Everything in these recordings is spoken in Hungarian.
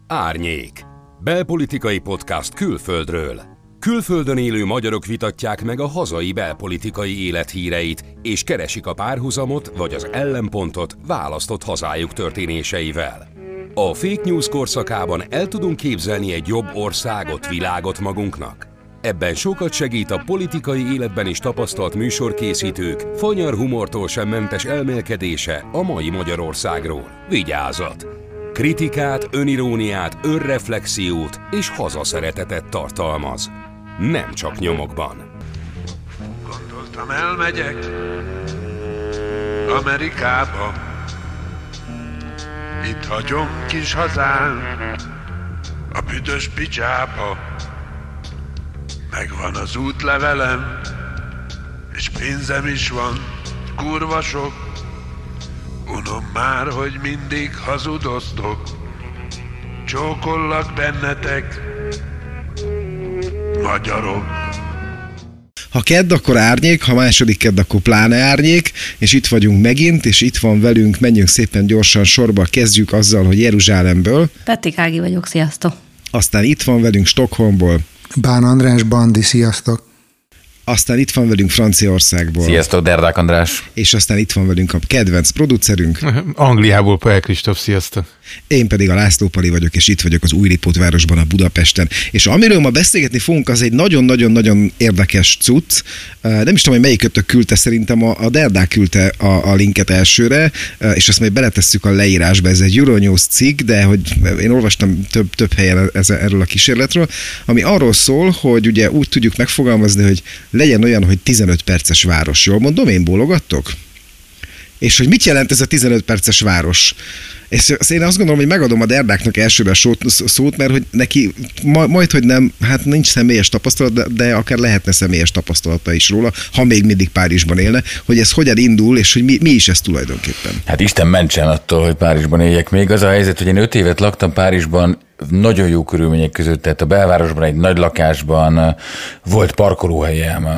Árnyék. Belpolitikai podcast külföldről. Külföldön élő magyarok vitatják meg a hazai belpolitikai élet híreit, és keresik a párhuzamot vagy az ellenpontot választott hazájuk történéseivel. A fake news korszakában el tudunk képzelni egy jobb országot, világot magunknak? Ebben sokat segít a politikai életben is tapasztalt műsorkészítők fanyar humortól sem mentes elmélkedése a mai Magyarországról. Vigyázat! Kritikát, öniróniát, önreflexiót és hazaszeretetet tartalmaz. Nem csak nyomokban. Gondoltam, elmegyek Amerikába, itt hagyom kis hazám a büdös picsába. Megvan az útlevelem, és pénzem is van, kurva sok. Unom már, hogy mindig hazudoztok. Csókollak bennetek, magyarok. Ha kedd, akkor árnyék, ha második kedd, akkor pláne árnyék, és itt vagyunk megint, és itt van velünk, menjünk szépen gyorsan sorba, kezdjük azzal, hogy Jeruzsálemből. Pettik Ági vagyok, sziasztok! Aztán itt van velünk Stockholmból. Bán András Bandi, sziasztok! Aztán itt van velünk Franciaországból. Sziasztok, Derdák András. És aztán itt van velünk a kedvenc producerünk. Angliából Pál Kristóf, sziasztok. Én pedig a László Pali vagyok, és itt vagyok az Újlipót városban, a Budapesten. És amiről ma beszélgetni fogunk, az egy nagyon-nagyon-nagyon érdekes cucc. Nem is tudom, hogy melyikötök küldte, szerintem a Derdák küldte a linket elsőre, és azt majd beletesszük a leírásba. Ez egy Euronews cikk, de hogy én olvastam több helyen erről a kísérletről, ami arról szól, hogy ugye úgy tudjuk megfogalmazni, hogy legyen olyan, hogy 15 perces város. Jól mondom, én bólogattok? És hogy mit jelent ez a 15 perces város? És én azt gondolom, hogy megadom a Derdáknak elsőre a szót, mert hogy neki majd, hogy nem, hát nincs személyes tapasztalat, de akár lehetne személyes tapasztalata is róla, ha még mindig Párizsban élne, hogy ez hogyan indul, és hogy mi is ez tulajdonképpen. Hát Isten mentsen attól, hogy Párizsban éljek még. Az a helyzet, hogy én 5 évet laktam Párizsban, nagyon jó körülmények között, tehát a belvárosban, egy nagy lakásban volt parkolóhelyem.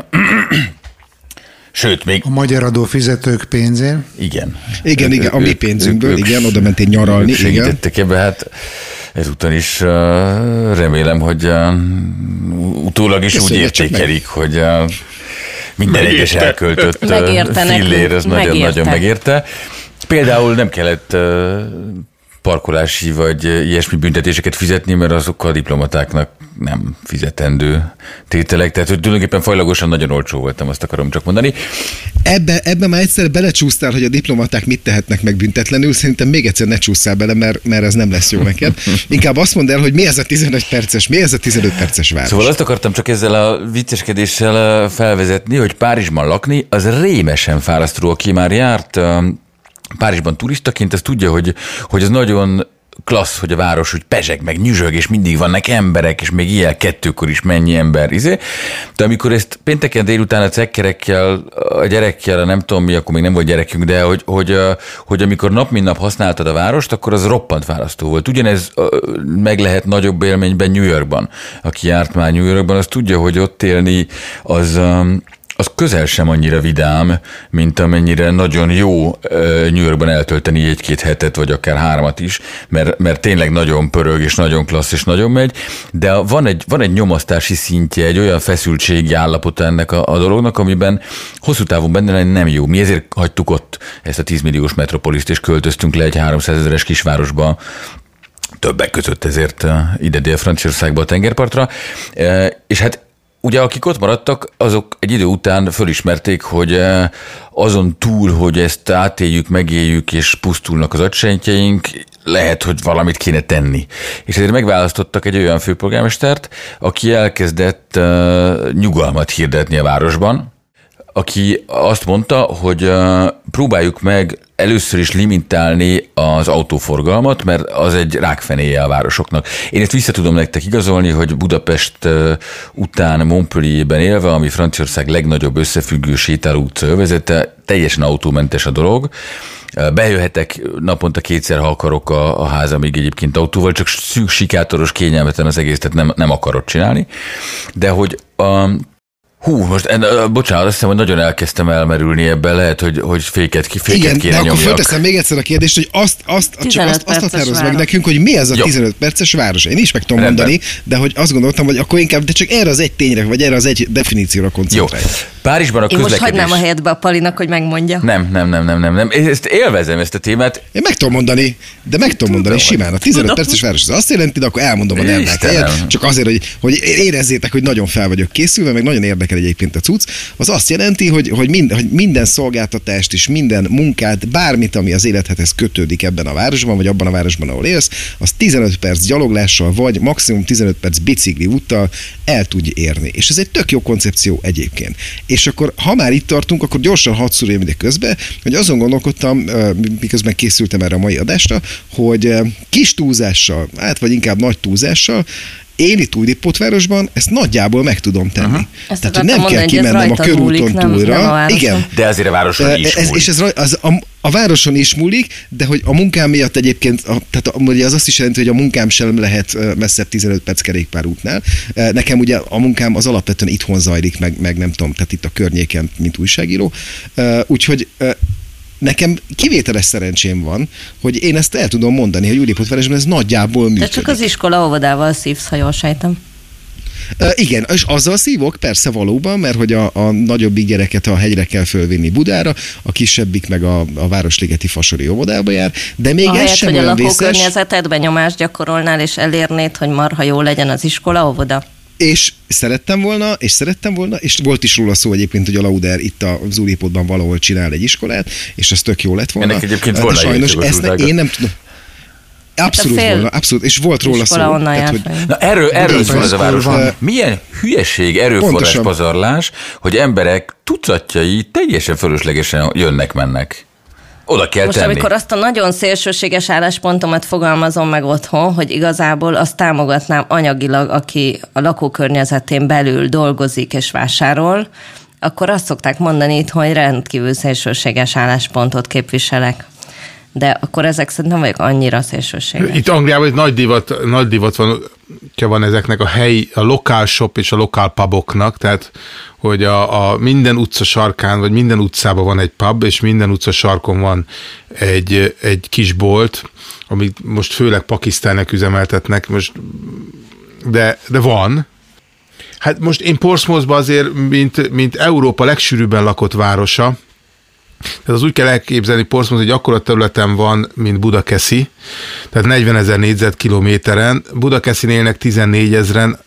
Sőt, még... A magyar adófizetők pénzén? Igen. Igen, a mi pénzünkből, igen, oda mentél nyaralni. Segítettek ebbe, hát ezúton is remélem, hogy utólag is úgy értékelik, hogy minden egyes elköltött fillér, ez nagyon-nagyon megérte. Például nem kellett parkolási vagy ilyesmi büntetéseket fizetni, mert azok a diplomatáknak nem fizetendő tételek, tehát hogy tulajdonképpen fajlagosan nagyon olcsó voltam, azt akarom csak mondani. Ebbe már egyszer belecsúsztál, hogy a diplomaták mit tehetnek meg büntetlenül, szerintem még egyszer ne csúszszál bele, mert ez nem lesz jó neked. Inkább azt mondd el, hogy mi ez a 15 perces város. Szóval azt akartam csak ezzel a vicceskedéssel felvezetni, hogy Párizsban lakni, az rémesen fárasztó, aki már járt Párizsban turistaként, az tudja, hogy ez nagyon klassz, hogy a város úgy pezseg, meg nyüzsög, és mindig vannak emberek, és még ilyen 2-kor is mennyi ember. De amikor ezt pénteken délután a cekkerekkel, a gyerekkel, nem tudom mi, akkor még nem volt gyerekünk, de hogy amikor nap mint nap használtad a várost, akkor az roppant fárasztó volt. Ugyanez meg lehet nagyobb élményben New Yorkban. Aki járt már New Yorkban, az tudja, hogy ott élni az közel sem annyira vidám, mint amennyire nagyon jó New Yorkban eltölteni 1-2 hetet, vagy akár 3-at is, mert tényleg nagyon pörög, és nagyon klassz, és nagyon megy, de van egy nyomasztási szintje, egy olyan feszültségi állapota ennek a dolognak, amiben hosszú távon benne lenni nem jó. Mi ezért hagytuk ott ezt a 10 milliós metropoliszt, és költöztünk le egy 300 000-es kisvárosba, többek között ezért ide Dél-Franciaországba a tengerpartra, és hát ugye akik ott maradtak, azok egy idő után fölismerték, hogy azon túl, hogy ezt átéljük, megéljük, és pusztulnak az agysejtjeink, lehet, hogy valamit kéne tenni. És ezért megválasztottak egy olyan főpolgármestert, aki elkezdett nyugalmat hirdetni a városban, aki azt mondta, hogy próbáljuk meg először is limitálni az autóforgalmat, mert az egy rákfenéje a városoknak. Én ezt vissza tudom nektek igazolni, hogy Budapest után Montpellierben élve, ami Franciaország legnagyobb összefüggő sétáló utca övezete, teljesen autómentes a dolog. Bejöhetek naponta 2-szer, ha akarok a házamig egyébként autóval, csak szűk, sikátoros, kényelmetlen az egész, tehát nem akarod csinálni. De hogy Most bocsánat, azt hiszem, hogy nagyon elkezdtem elmerülni ebben, lehet, hogy féket kéne igen, de akkor nyomjak. fölteszem még egyszer a kérdést, hogy azt határoz meg nekünk, hogy mi az a 15 perces város. Én is meg tudom mondani, de hogy azt gondoltam, hogy akkor inkább de csak erre az egy tényre, vagy erre az egy definícióra koncentrálj. Párizsban a közlekedés... Én most hagynám a helyetbe a Palinak, hogy megmondja. Nem. Ezt élvezem, ezt a témát. Én meg tudom mondani, simán. A 15 perces város az azt jelenti, de akkor elmondom a Derdák helyet, csak azért, hogy érezzétek, hogy nagyon fel vagyok készülve, meg nagyon érdekel egyébként a cucc. Az azt jelenti, hogy minden szolgáltatást és minden munkát, bármit, ami az élethez kötődik ebben a városban, vagy abban a városban, ahol élsz, az 15 perc gyaloglással, vagy maximum 15 perc bicikli úttal el tudj érni. És ez egy tök jó koncepció egyébként. És akkor, ha már itt tartunk, akkor gyorsan hadd szúrjam ide közbe, hogy azon gondolkodtam, miközben készültem erre a mai adásra, hogy kis túlzással, vagy inkább nagy túlzással, én itt Újlipótvárosban ezt nagyjából meg tudom tenni. Tehát, hogy nem kell kimennem a körúton túlra. Igen. De azért a városon is múlik. És ez a városon is múlik, de hogy a munkám miatt egyébként, tehát az azt is jelenti, hogy a munkám sem lehet messzebb 15 perc kerékpárútnál. Nekem ugye a munkám az alapvetően itthon zajlik, meg nem tudom, tehát itt a környéken, mint újságíró. Úgyhogy nekem kivételes szerencsém van, hogy én ezt el tudom mondani, hogy Újlipótvárosban ez nagyjából működik. De csak az iskola óvodával szívsz, ha jól sejtem. Igen, és azzal szívok, persze valóban, mert hogy a nagyobbik gyereket a hegyre kell fölvinni Budára, a kisebbik meg a Városligeti Fasori óvodába jár, de még ez sem olyan vészes. Hogy a lakókörnyezetedben nyomást gyakorolnál, és elérnéd, hogy marha jó legyen az iskola óvoda? És szerettem volna, és volt is róla szó egyébként, hogy a Lauder itt az Újlipótban valahol csinál egy iskolát, és ez tök jó lett volna. Ennek egyébként de volna sajnos én nem tudom. Abszolút volna, abszolút, és volt róla szó. Tehát, hogy na erről szól ez a város. Milyen hülyeség, erőforrás pazarlás, hogy emberek tucatjai teljesen fölöslegesen jönnek-mennek. Oda kell most, tenni. amikor azt a nagyon szélsőséges álláspontomat fogalmazom meg otthon, hogy igazából azt támogatnám anyagilag, aki a lakókörnyezetén belül dolgozik és vásárol, akkor azt szokták mondani itt, hogy rendkívül szélsőséges álláspontot képviselek. De akkor ezek szerint nem vagyok annyira szélsőséges. Itt Angliában egy nagy divat van ezeknek a lokál shop és a lokál puboknak, tehát hogy a minden utca sarkán, vagy minden utcában van egy pub, és minden utca sarkon van egy kis bolt, amit most főleg Pakisztánnak üzemeltetnek, de van. Hát most én Portsmouthban azért, mint Európa legsűrűbben lakott városa, tehát az úgy kell elképzelni, Portsmouth egy akkora területen van, mint Budakeszi, tehát 40 000 négyzetkilométeren, Budakeszin élnek 14 000-en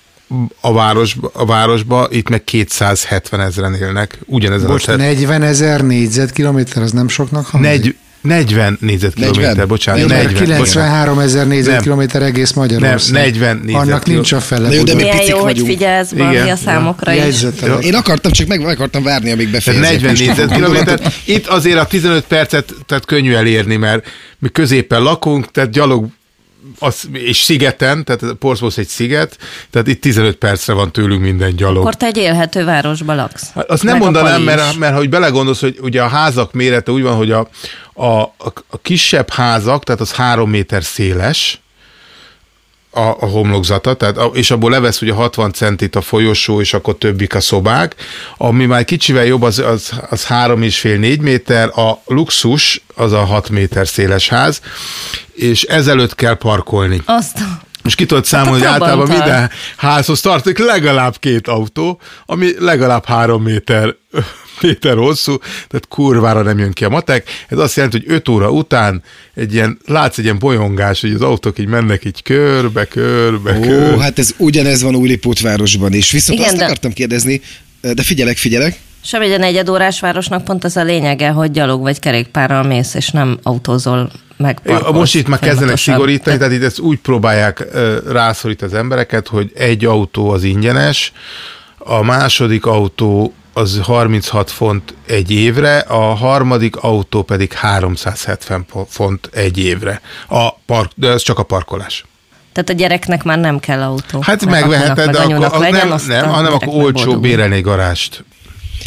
a városba, itt meg 270 000-en élnek. Ugyanezen Bocs, 40 000 négyzetkilométer, az nem soknak hangzik? 40 négyzetkilométer, bocsánat. 93 000 négyzetkilométer egész Magyarország. Nem, 40 négyzetkilométer. Annak nincs a fele. Milyen jó, hogy figyelsz valami a számokra is. Én akartam, csak meg akartam várni, amíg befejezzük. 40 négyzetkilométer. Itt azért a 15 percet tehát könnyű elérni, mert mi középen lakunk, tehát gyalog és szigeten, tehát Portsmouth egy sziget, tehát itt 15 percre van tőlünk minden gyalog. Akkor te egy élhető városba laksz. Azt nem mondanám, mert hogy belegondolsz, hogy ugye a házak mérete úgy van, hogy a kisebb házak, tehát az 3 méter széles, a homlokzata, tehát, és abból levesz ugye 60 centit a folyosó, és akkor többik a szobák. Ami már kicsivel jobb, az 3,5-4 méter, a luxus az a 6 méter széles ház, és ezelőtt kell parkolni. Most ki tudod számolni, hogy általában minden házhoz tartozik legalább 2 autó, ami legalább 3 méter hosszú, tehát kurvára nem jön ki a matek. Ez azt jelenti, hogy 5 óra után látsz egy ilyen bolyongás, hogy az autók így mennek így körbe. Hát ez ugyanez van Újlipótvárosban is. Viszont igen, azt akartam kérdezni, de figyelek. Sem egy negyed órás városnak pont az a lényege, hogy gyalog vagy kerékpárral mész, és nem autózol meg. Most itt már kezdenek szigorítani, tehát itt ezt úgy próbálják rászorítani az embereket, hogy egy autó az ingyenes, a második autó az 36 font egy évre, a harmadik autó pedig 370 font egy évre. De ez csak a parkolás. Tehát a gyereknek már nem kell autó. Hát megveheted, de akkor hanem akkor olcsó bérelni garást.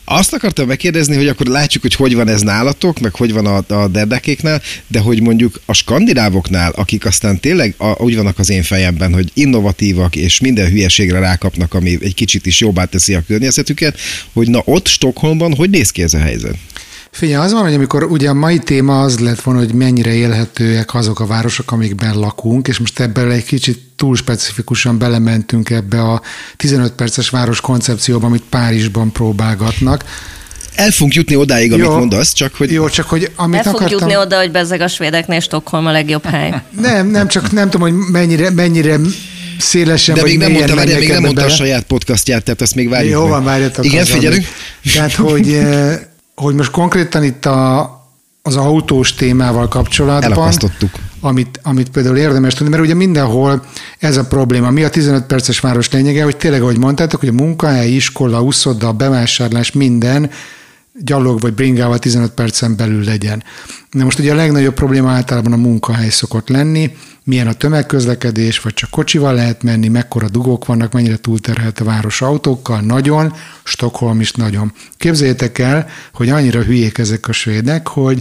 Azt akartam megkérdezni, hogy akkor látjuk, hogy van ez nálatok, meg hogy van a derdekéknál, de hogy mondjuk a skandinávoknál, akik aztán tényleg úgy vannak az én fejemben, hogy innovatívak és minden hülyeségre rákapnak, ami egy kicsit is jobbá teszi a környezetüket, hogy na ott Stockholmban hogy néz ki ez a helyzet? Figyelj, az van, hogy amikor ugye a mai téma az lett volna, hogy mennyire élhetőek azok a városok, amikben lakunk, és most ebből egy kicsit túl specifikusan belementünk ebbe a 15 perces város koncepcióba, amit Párizsban próbálgatnak. El fogunk jutni odáig, amit mondasz, csak hogy... Jó, csak hogy amit El fogunk jutni oda, hogy bezzeg a svédeknél Stockholm a legjobb hely. Nem, csak nem tudom, hogy mennyire szélesen, de még nem mondta a saját podcastját, tehát azt még várjuk. Jó van, várjatok. Igen, figyelünk. Tehát, hogy most konkrétan itt az autós témával kapcsolatban, elakasztottuk. Amit például érdemes tudni, mert ugye mindenhol ez a probléma. Mi a 15 perces város lényege, hogy tényleg, ahogy mondtátok, hogy a munkahely, iskola, uszoda, bevásárlás, minden gyalog vagy bringával 15 percen belül legyen. Na most ugye a legnagyobb probléma általában a munkahely szokott lenni, milyen a tömegközlekedés, vagy csak kocsival lehet menni, mekkora dugók vannak, mennyire túlterhelt a város autókkal, nagyon, Stockholm is nagyon. Képzeljétek el, hogy annyira hülyék ezek a svédek, hogy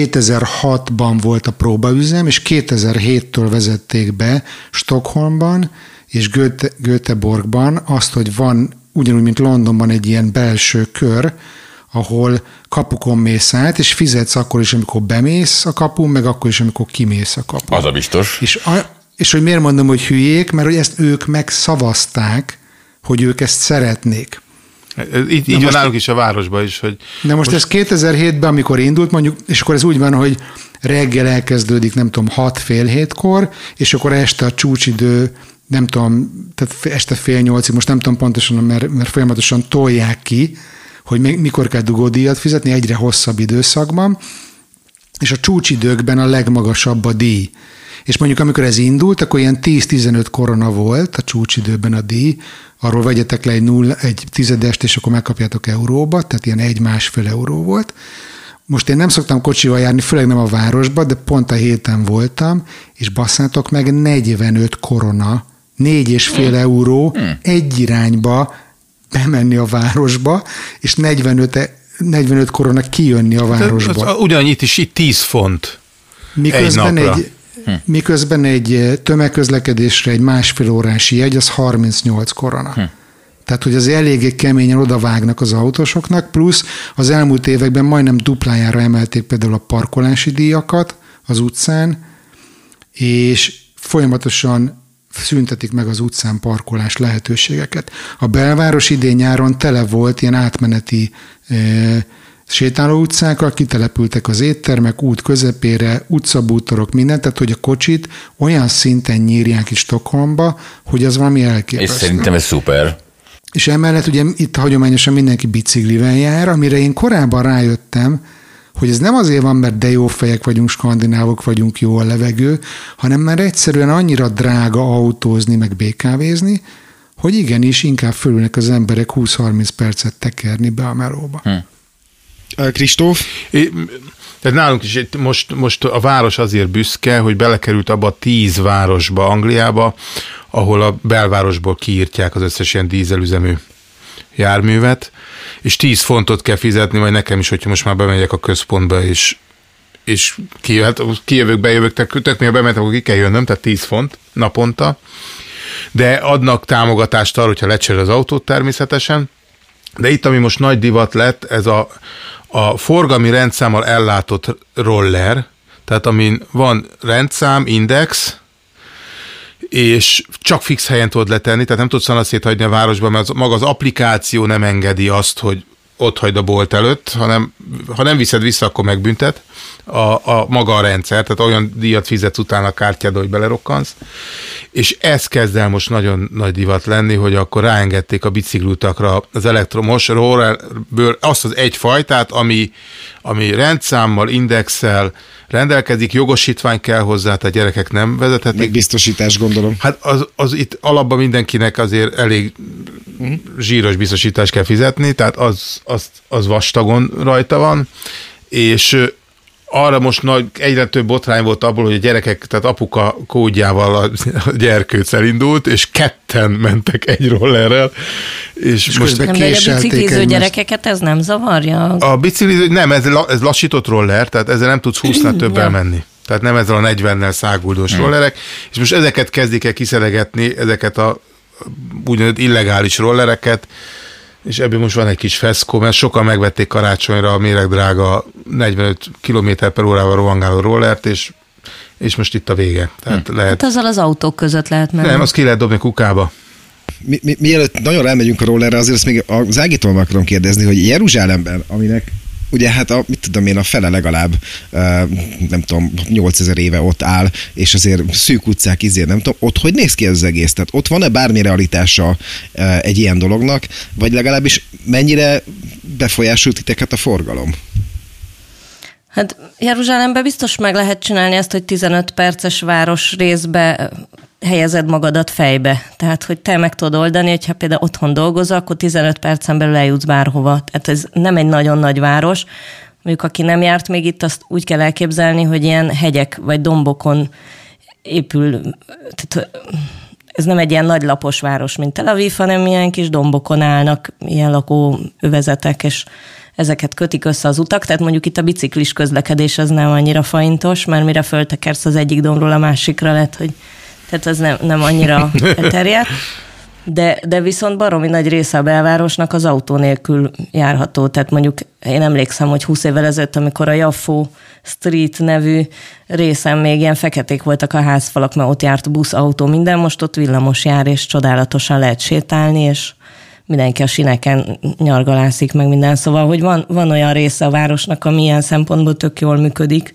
2006-ban volt a próbaüzem, és 2007-től vezették be Stockholmban és Göteborgban azt, hogy van ugyanúgy, mint Londonban egy ilyen belső kör, ahol kapukon mész át, és fizetsz akkor is, amikor bemész a kapun, meg akkor is, amikor kimész a kapun. Az a biztos. És hogy miért mondom, hogy hülyék, mert hogy ezt ők megszavazták, hogy ők ezt szeretnék. Így van nálunk is a városban is. Hogy most ez 2007-ben, amikor indult mondjuk, és akkor ez úgy van, hogy reggel elkezdődik, nem tudom, 6-7:30-kor, és akkor este a csúcsidő, nem tudom, tehát este 7:30, most nem tudom pontosan, mert folyamatosan tolják ki, hogy mikor kell dugódíjat fizetni egyre hosszabb időszakban, és a csúcsidőkben a legmagasabb a díj. És mondjuk amikor ez indult, akkor ilyen 10-15 korona volt a csúcsidőben a díj, arról vegyetek le egy tizedest, és akkor megkapjátok euróba, tehát ilyen 1-1,5 euró volt. Most én nem szoktam kocsival járni, főleg nem a városba, de pont a héten voltam, és basszátok meg 45 korona, 4,5 euró egy irányba bemenni a városba, és 45 korona kijönni a városba. Ugyanannyit is itt 10 font miközben egy tömegközlekedésre egy 1,5 órás jegy, az 38 korona. Tehát, hogy az eléggé keményen odavágnak az autósoknak, plusz az elmúlt években majdnem duplájára emelték például a parkolási díjakat az utcán, és folyamatosan szüntetik meg az utcán parkolás lehetőségeket. A belváros idén-nyáron tele volt ilyen átmeneti sétáló utcákkal, kitelepültek az éttermek út közepére, utcabútorok, mindent, tehát hogy a kocsit olyan szinten nyírják is Stockholmba, hogy az valami elképesztő. És szerintem ez szuper. És emellett ugye itt hagyományosan mindenki biciklivel jár, amire én korábban rájöttem, hogy ez nem azért van, mert de jó fejek vagyunk, skandinávok vagyunk, jó a levegő, hanem mert egyszerűen annyira drága autózni, meg BKV-zni, hogy igenis inkább fölülnek az emberek 20-30 percet tekerni be a melóba. Kristóf? Tehát nálunk is most a város azért büszke, hogy belekerült abba a 10 városba, Angliába, ahol a belvárosból kiírtják az összes ilyen dízelüzemű járművet, és 10 fontot kell fizetni, majd nekem is, hogyha most már bemegyek a központba, és kijövök, bejövök, tök mivel bementem, akkor ki kell jönnöm, tehát 10 font naponta, de adnak támogatást arra, hogyha lecserél az autót természetesen, de itt, ami most nagy divat lett, ez a forgalmi rendszámmal ellátott roller, tehát amin van rendszám, index, és csak fix helyen tudod letenni, tehát nem tudsz szanaszét hagyni a városban, mert maga az applikáció nem engedi azt, hogy ott hagyd a bolt előtt, hanem ha nem viszed vissza, akkor megbüntet maga a rendszer, tehát olyan díjat fizetsz utána a kártyádba, hogy belerokkansz, és ez kezd el most nagyon nagy divat lenni, hogy akkor ráengedték a biciklutakra az elektromos rollerből azt az egy fajtát, ami rendszámmal, indexel rendelkezik, jogosítvány kell hozzá, tehát gyerekek nem vezethetik. Még biztosítás, gondolom. Hát az itt alapban mindenkinek azért elég zsíros biztosítást kell fizetni, tehát az vastagon rajta van, és arra most egyre több botrány volt abból, hogy a gyerekek, tehát apuka kódjával a gyerkőc elindult, és ketten mentek egy rollerrel, és most nem, de a bicikliző gyerekeket ez nem zavarja? A bicikliző, nem, ez lassított roller, tehát ezzel nem tudsz 20-nál többel menni. Tehát nem ezzel a 40-nel száguldós rollerek, és most ezeket kezdik el kiszelegetni, ezeket a úgynevezett illegális rollereket, és ebből most van egy kis feszkó, mert sokan megvették karácsonyra a méregdrága 45 km/h rohangáló rollert, és most itt a vége. Tehát lehet... Hát azzal az autók között lehet menni. Nem, azt ki lehet dobni kukába. Mielőtt nagyon rámegyünk a rollerre, azért azt még az Ágitól meg akarom kérdezni, hogy Jeruzsálemben, aminek ugye hát a fele legalább, nem tudom, 8000 éve ott áll, és azért szűk utcák, nem tudom, ott hogy néz ki ez az egész? Tehát ott van-e bármi realitása egy ilyen dolognak, vagy legalábbis mennyire befolyásolt titeket a forgalom? Hát Jeruzsálemben biztos meg lehet csinálni ezt, hogy 15 perces város részbe helyezed magadat fejbe. Tehát, hogy te meg tudod oldani, hogyha például otthon dolgozol, akkor 15 percen belül eljutsz bárhova. Tehát ez nem egy nagyon nagy város. Mondjuk, aki nem járt még itt, azt úgy kell elképzelni, hogy ilyen hegyek vagy dombokon épül. Tehát ez nem egy ilyen nagy lapos város, mint Tel Aviv, hanem ilyen kis dombokon állnak ilyen lakóövezetek, és ezeket kötik össze az utak, tehát mondjuk itt a biciklis közlekedés az nem annyira faintos, mert mire föltekersz az egyik dombról a másikra lett, hogy tehát az nem annyira elterjedt, de viszont baromi nagy része a belvárosnak az autó nélkül járható. Tehát mondjuk én emlékszem, hogy 20 évvel ezelőtt, amikor a Jaffo Street nevű részen még ilyen feketék voltak a házfalak, mert ott járt busz, autó, minden, most ott villamos jár, és csodálatosan lehet sétálni, és mindenki a sineken nyargalászik meg minden. Szóval, hogy van olyan része a városnak, ami ilyen szempontból tök jól működik.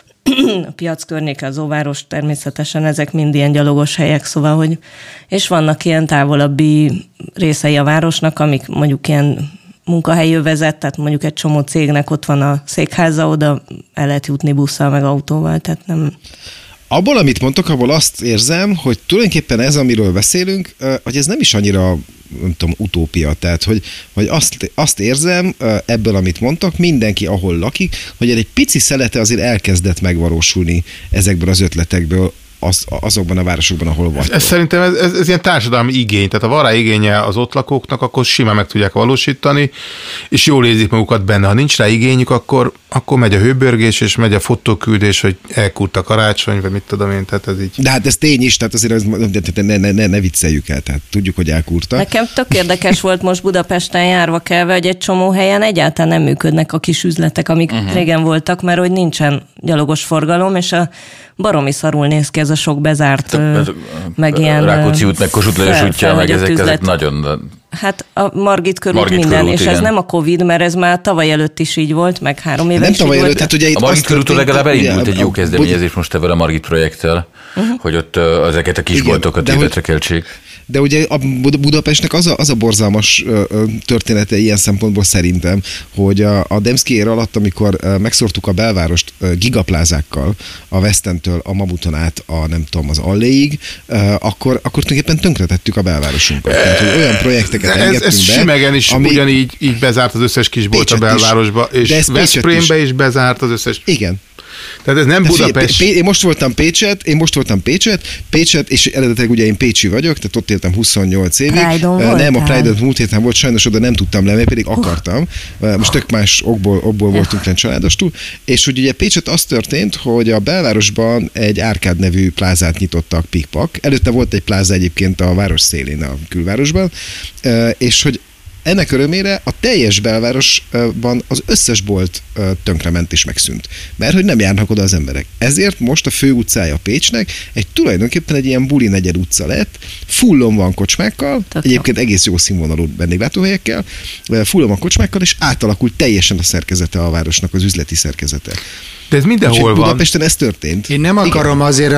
A piac környéke, az óváros természetesen, ezek mind ilyen gyalogos helyek, szóval, hogy és vannak ilyen távolabbi részei a városnak, amik mondjuk ilyen munkahelyi övezet, tehát mondjuk egy csomó cégnek ott van a székháza, oda el lehet jutni busszal meg autóval, tehát nem... Abból, amit mondtok, abból azt érzem, hogy tulajdonképpen ez, amiről beszélünk, hogy ez nem is annyira, nem tudom, utópia. Tehát, hogy azt érzem ebből, amit mondtok, mindenki, ahol lakik, hogy egy pici szelete azért elkezdett megvalósulni ezekből az ötletekből, azokban a városokban, ahol vagy. Ez szerintem ez ilyen társadalmi igény, tehát ha van rá igénye az ott lakóknak, akkor simán meg tudják valósítani, és jól érzik magukat benne. Ha nincs rá igényük, akkor megy a hőbörgés, és megy a fotóküldés, hogy elkúrt a karácsony, vagy mit tudom én, tehát ez így. De hát ez tény is, tehát azért ne vicceljük el, tehát tudjuk, hogy elkúrta. Nekem tök érdekes volt most Budapesten járva kelve, hogy egy csomó helyen egyáltalán nem működnek a kis üzletek, amik régen voltak, mert hogy nincsen gyalogos forgalom, és a baromi szarul néz ki ez a sok bezárt, meg ilyen... Rákóczi út, meg Kossuth Lajos útja, meg ezek nagyon... Hát a Margit körút minden, körút, és igen. Ez nem a Covid, mert ez már tavaly előtt is így volt, meg 3 éve nem is tavaly így előtt, volt. hát ugye a Margit körúton legalább elindult egy jó kezdeményezés most ebben a Margit projekttel, hogy ott ezeket a kisboltokat életre keltsék. De ugye a Budapestnek az a borzalmas története ilyen szempontból szerintem, hogy a Demszky ér alatt, amikor megszórtuk a belvárost gigaplázákkal, a West Endtől a Mamuton át nem tudom, az Alléig, akkor tulajdonképpen tönkretettük a belvárosunkat. Tehát, hogy olyan projekteket engedtünk be. Ez Simegen is ugyanígy így bezárt az összes kisbolt a belvárosba, és Veszprémbe is bezárt az összes... Igen. Tehát ez nem Budapest. Én most voltam Pécset, és eredetileg ugye én pécsi vagyok, tehát ott éltem 28 évig. Nem, a Pride-on múlt héten volt, sajnos oda nem tudtam lemenni, pedig akartam. Most tök más okból voltunk lenn családostul. És ugye Pécset az történt, hogy a belvárosban egy Árkád nevű plázát nyitottak Pikpak. Előtte volt egy pláza egyébként a város szélén, a külvárosban, és hogy ennek örömére a teljes belvárosban az összes bolt tönkrement és megszűnt. Mert hogy nem járnak oda az emberek. Ezért most a fő utcája Pécsnek tulajdonképpen egy ilyen buli negyed utca lett, fullon van kocsmákkal, egyébként egész jó színvonalú vendéglátóhelyekkel, fullon van kocsmákkal, és átalakult teljesen a szerkezete a városnak, az üzleti szerkezete. De ez mindenhol van. Budapesten ez történt. Én nem akarom azért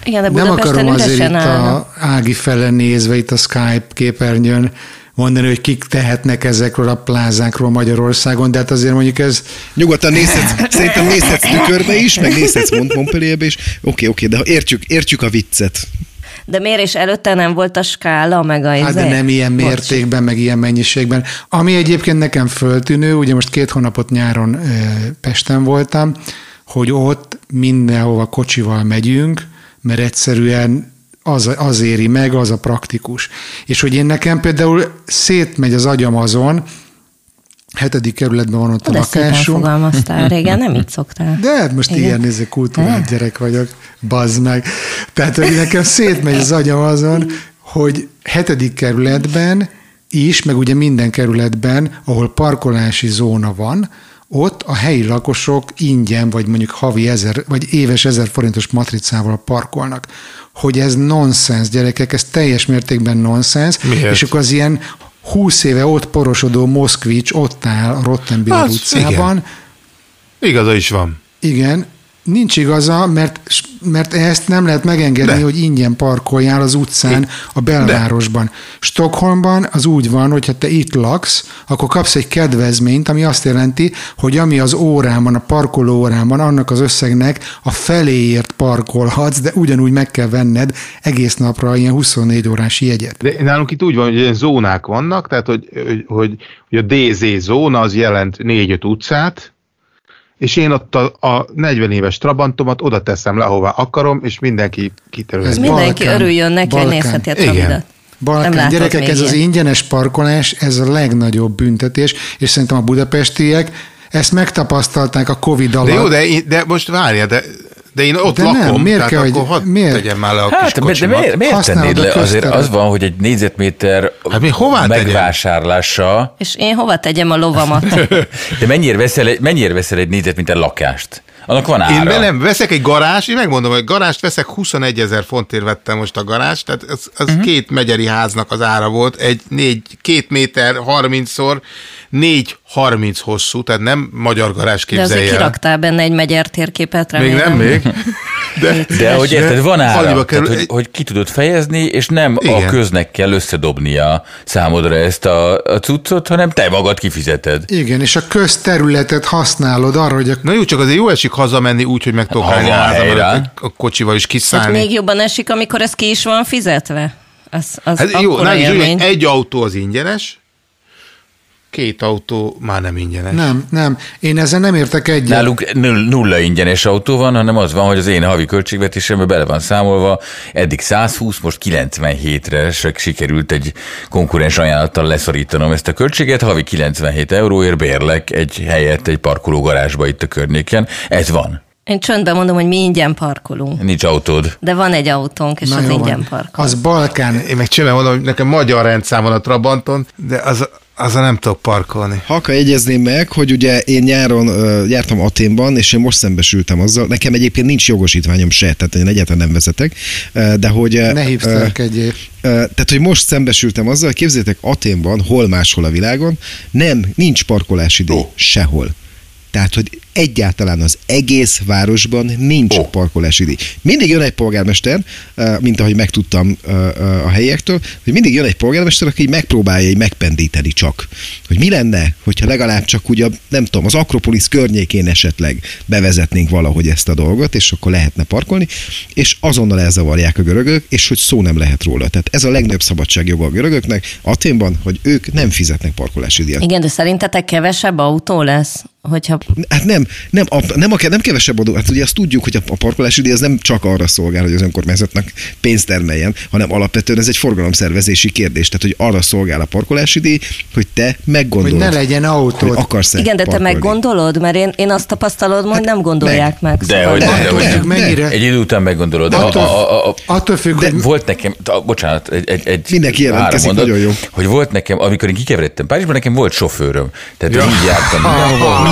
itt a Ági fele nézve itt a Skype képernyőn mondani, hogy kik tehetnek ezekről a plázákról Magyarországon, de hát azért mondjuk ez... Nyugodtan szerintem nézhetsz tükörbe is, meg nézhetsz Montpellierbe is. Oké, de értjük a viccet. De miért is előtte nem volt a skála, meg a... Hát de nem ilyen mértékben, meg ilyen mennyiségben. Ami egyébként nekem föltűnő, ugye most 2 hónapot nyáron Pesten voltam, hogy ott mindenhova kocsival megyünk, mert egyszerűen az éri meg, az a praktikus. És hogy én nekem például szétmegy az agyam azon, 7. kerületben van ott a lakásunk. De szépen fogalmaztál, régen nem így szoktál. De most ilyen kultúrált gyerek vagyok, bazd meg. Tehát, hogy nekem szétmegy az agyam azon, hogy 7. kerületben is, meg ugye minden kerületben, ahol parkolási zóna van, ott a helyi lakosok ingyen, vagy mondjuk havi 1000, vagy éves 1000 forintos matricával parkolnak. Hogy ez nonsens, gyerekek, ez teljes mértékben nonsens. Miért? És akkor az ilyen 20 éve ott porosodó Moszkvics ott áll a Rottenbiller utcában. Igen. Igaza is van. Igen, nincs igaza, mert ezt nem lehet megengedni, hogy ingyen parkoljál az utcán, a belvárosban. Stockholmban az úgy van, hogyha te itt laksz, akkor kapsz egy kedvezményt, ami azt jelenti, hogy ami az órában, a parkoló órában, annak az összegnek a feléért parkolhatsz, de ugyanúgy meg kell venned egész napra ilyen 24 órás jegyet. De nálunk itt úgy van, hogy ilyen zónák vannak, tehát hogy a DZ zóna az jelent 4-5 utcát, és én ott a 40 éves Trabantomat oda teszem le, ahová akarom, és mindenki kiterül. Mindenki örüljön neki, hogy nézheti a Trabidat. Balkán, gyerekek, ez az ingyenes parkolás, ez a legnagyobb büntetés, és szerintem a budapestiek ezt megtapasztalták a Covid alatt. De jó, de most várja, de én ott lakom, nem, miért kell, akkor hadd tegyem már le a kis kocsimat. De miért tennéd le? Azért az van, hogy egy négyzetméter megvásárlása... És én hova tegyem a lovamat? De mennyire veszel egy négyzetméter lakást? Annak van ára. Én nem veszek egy garást, én megmondom, hogy garást veszek, 21 000 fontért vettem most a garást, tehát az 2 megyeri háznak az ára volt, 2 méter 30x 4,30 hosszú, tehát nem magyar garázs, képzelje. De azért kiraktál benne egy megyer térképet, remélem. Még nem, De hogy érted, van ára, tehát, hogy ki tudod fejezni, és nem a köznek kell összedobnia számodra ezt a cuccot, hanem te magad kifizeted. Igen, és a közterületet használod arra, hogy... Na jó, csak azért jó esik hazamenni úgy, hogy meg tudok állni a házam, a kocsival is kiszállni. Hát még jobban esik, amikor ez ki is van fizetve. Az hát jó, egy autó az ingyenes, 2 autó már nem ingyenes. Nem. Én ezzel nem értek egyet. Nálunk 0 ingyenes autó van, hanem az van, hogy az én havi költségvetésembe bele van számolva, eddig 120, most 97-re sikerült egy konkurens ajánlattal leszorítanom ezt a költséget, havi 97 euróért bérlek egy helyet egy parkológarázsba itt a környéken. Ez van. Én csöndben mondom, hogy mi ingyen parkolunk. Nincs autód. De van egy autónk, és az ingyen parkol. Az Balkán. Én meg csöndben mondom, hogy nekem magyar rendszám van a Trabanton, de az nem tudok parkolni. Haka jegyezném meg, hogy ugye én nyáron jártam Athénban, és én most szembesültem azzal, nekem egyébként nincs jogosítványom se, tehát én egyáltalán nem vezetek, de hogy... Ne hívtálkedjél. Tehát, hogy most szembesültem azzal, hogy képzeljétek, Athénban, hol máshol a világon, nincs parkolási díj sehol. Tehát, hogy egyáltalán az egész városban nincs parkolási díj. Mindig jön egy polgármester, mint ahogy megtudtam a helyiektől, hogy mindig jön egy polgármester, aki megpróbálja így megpendíteni csak. Hogy mi lenne, hogyha legalább csak ugye, nem tudom, az Akropolisz környékén esetleg bevezetnénk valahogy ezt a dolgot, és akkor lehetne parkolni, és azonnal elzavarják a görögök, és hogy szó nem lehet róla. Tehát ez a legnagyobb szabadságjoga a görögöknek Athénban, hogy ők nem fizetnek parkolási díjat. Igen, de szerintetek kevesebb autó lesz? Hogyha... Hát nem kevesebb adó. Hát ugye azt tudjuk, hogy a parkolási díj az nem csak arra szolgál, hogy az önkormányzatnak pénzt termeljen, hanem alapvetően ez egy forgalomszervezési kérdés. Tehát, hogy arra szolgál a parkolási díj, hogy te meggondolod. Hogy ne legyen autód. Akarsz igen, de te meggondolod? Mert én azt tapasztalod, hogy nem gondolják meg. De, hogy mennyire? Egy idő után meggondolod. Attól függ, hogy... Volt nekem, bocsánat, egy mindenki jelentkezik, mondat, nagyon jó. Hogy volt nekem, amikor én kikeveredtem Párizsban, nekem volt sofőröm. Tehát így jártam.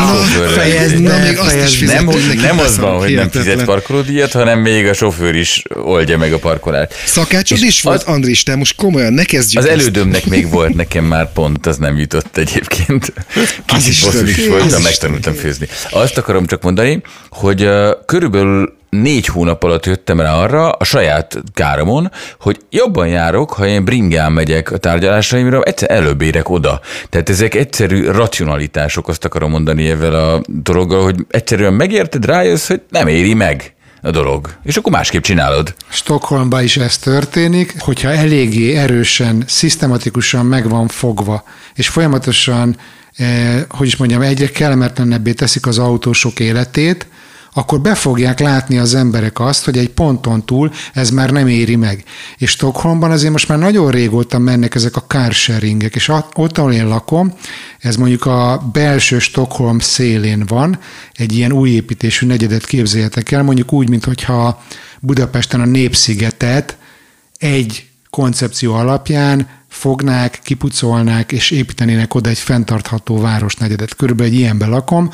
Nem az van, hogy nem fizet parkolódíjat, hanem még a sofőr is oldja meg a parkolást. Szakácsod is volt, Andris, te most komolyan ne kezdjük. Az elődömnek még volt, nekem már pont az nem jutott egyébként. Kicsit bosszús is voltam, megtanultam főzni. Azt akarom csak mondani, hogy körülbelül 4 hónap alatt jöttem rá arra, a saját káromon, hogy jobban járok, ha én bringán megyek a tárgyalásaimra, egyszer előbb érek oda. Tehát ezek egyszerű racionalitások, azt akarom mondani ezzel a dologgal, hogy egyszerűen megérted, rájössz, hogy nem éri meg a dolog. És akkor másképp csinálod. Stockholmban is ez történik, hogyha eléggé erősen, szisztematikusan meg van fogva, és folyamatosan, hogy is mondjam, egyre kellemetlenebbé teszik az autósok életét, akkor be fogják látni az emberek azt, hogy egy ponton túl ez már nem éri meg. És Stockholmban azért most már nagyon régóta mennek ezek a carsharingek, és ott, ahol én lakom, ez mondjuk a belső Stockholm szélén van, egy ilyen új építésű negyedet képzeljetek el, mondjuk úgy, mintha Budapesten a Népszigetet egy koncepció alapján fognák, kipucolnák, és építenének oda egy fenntartható városnegyedet. Körülbelül egy ilyenben lakom.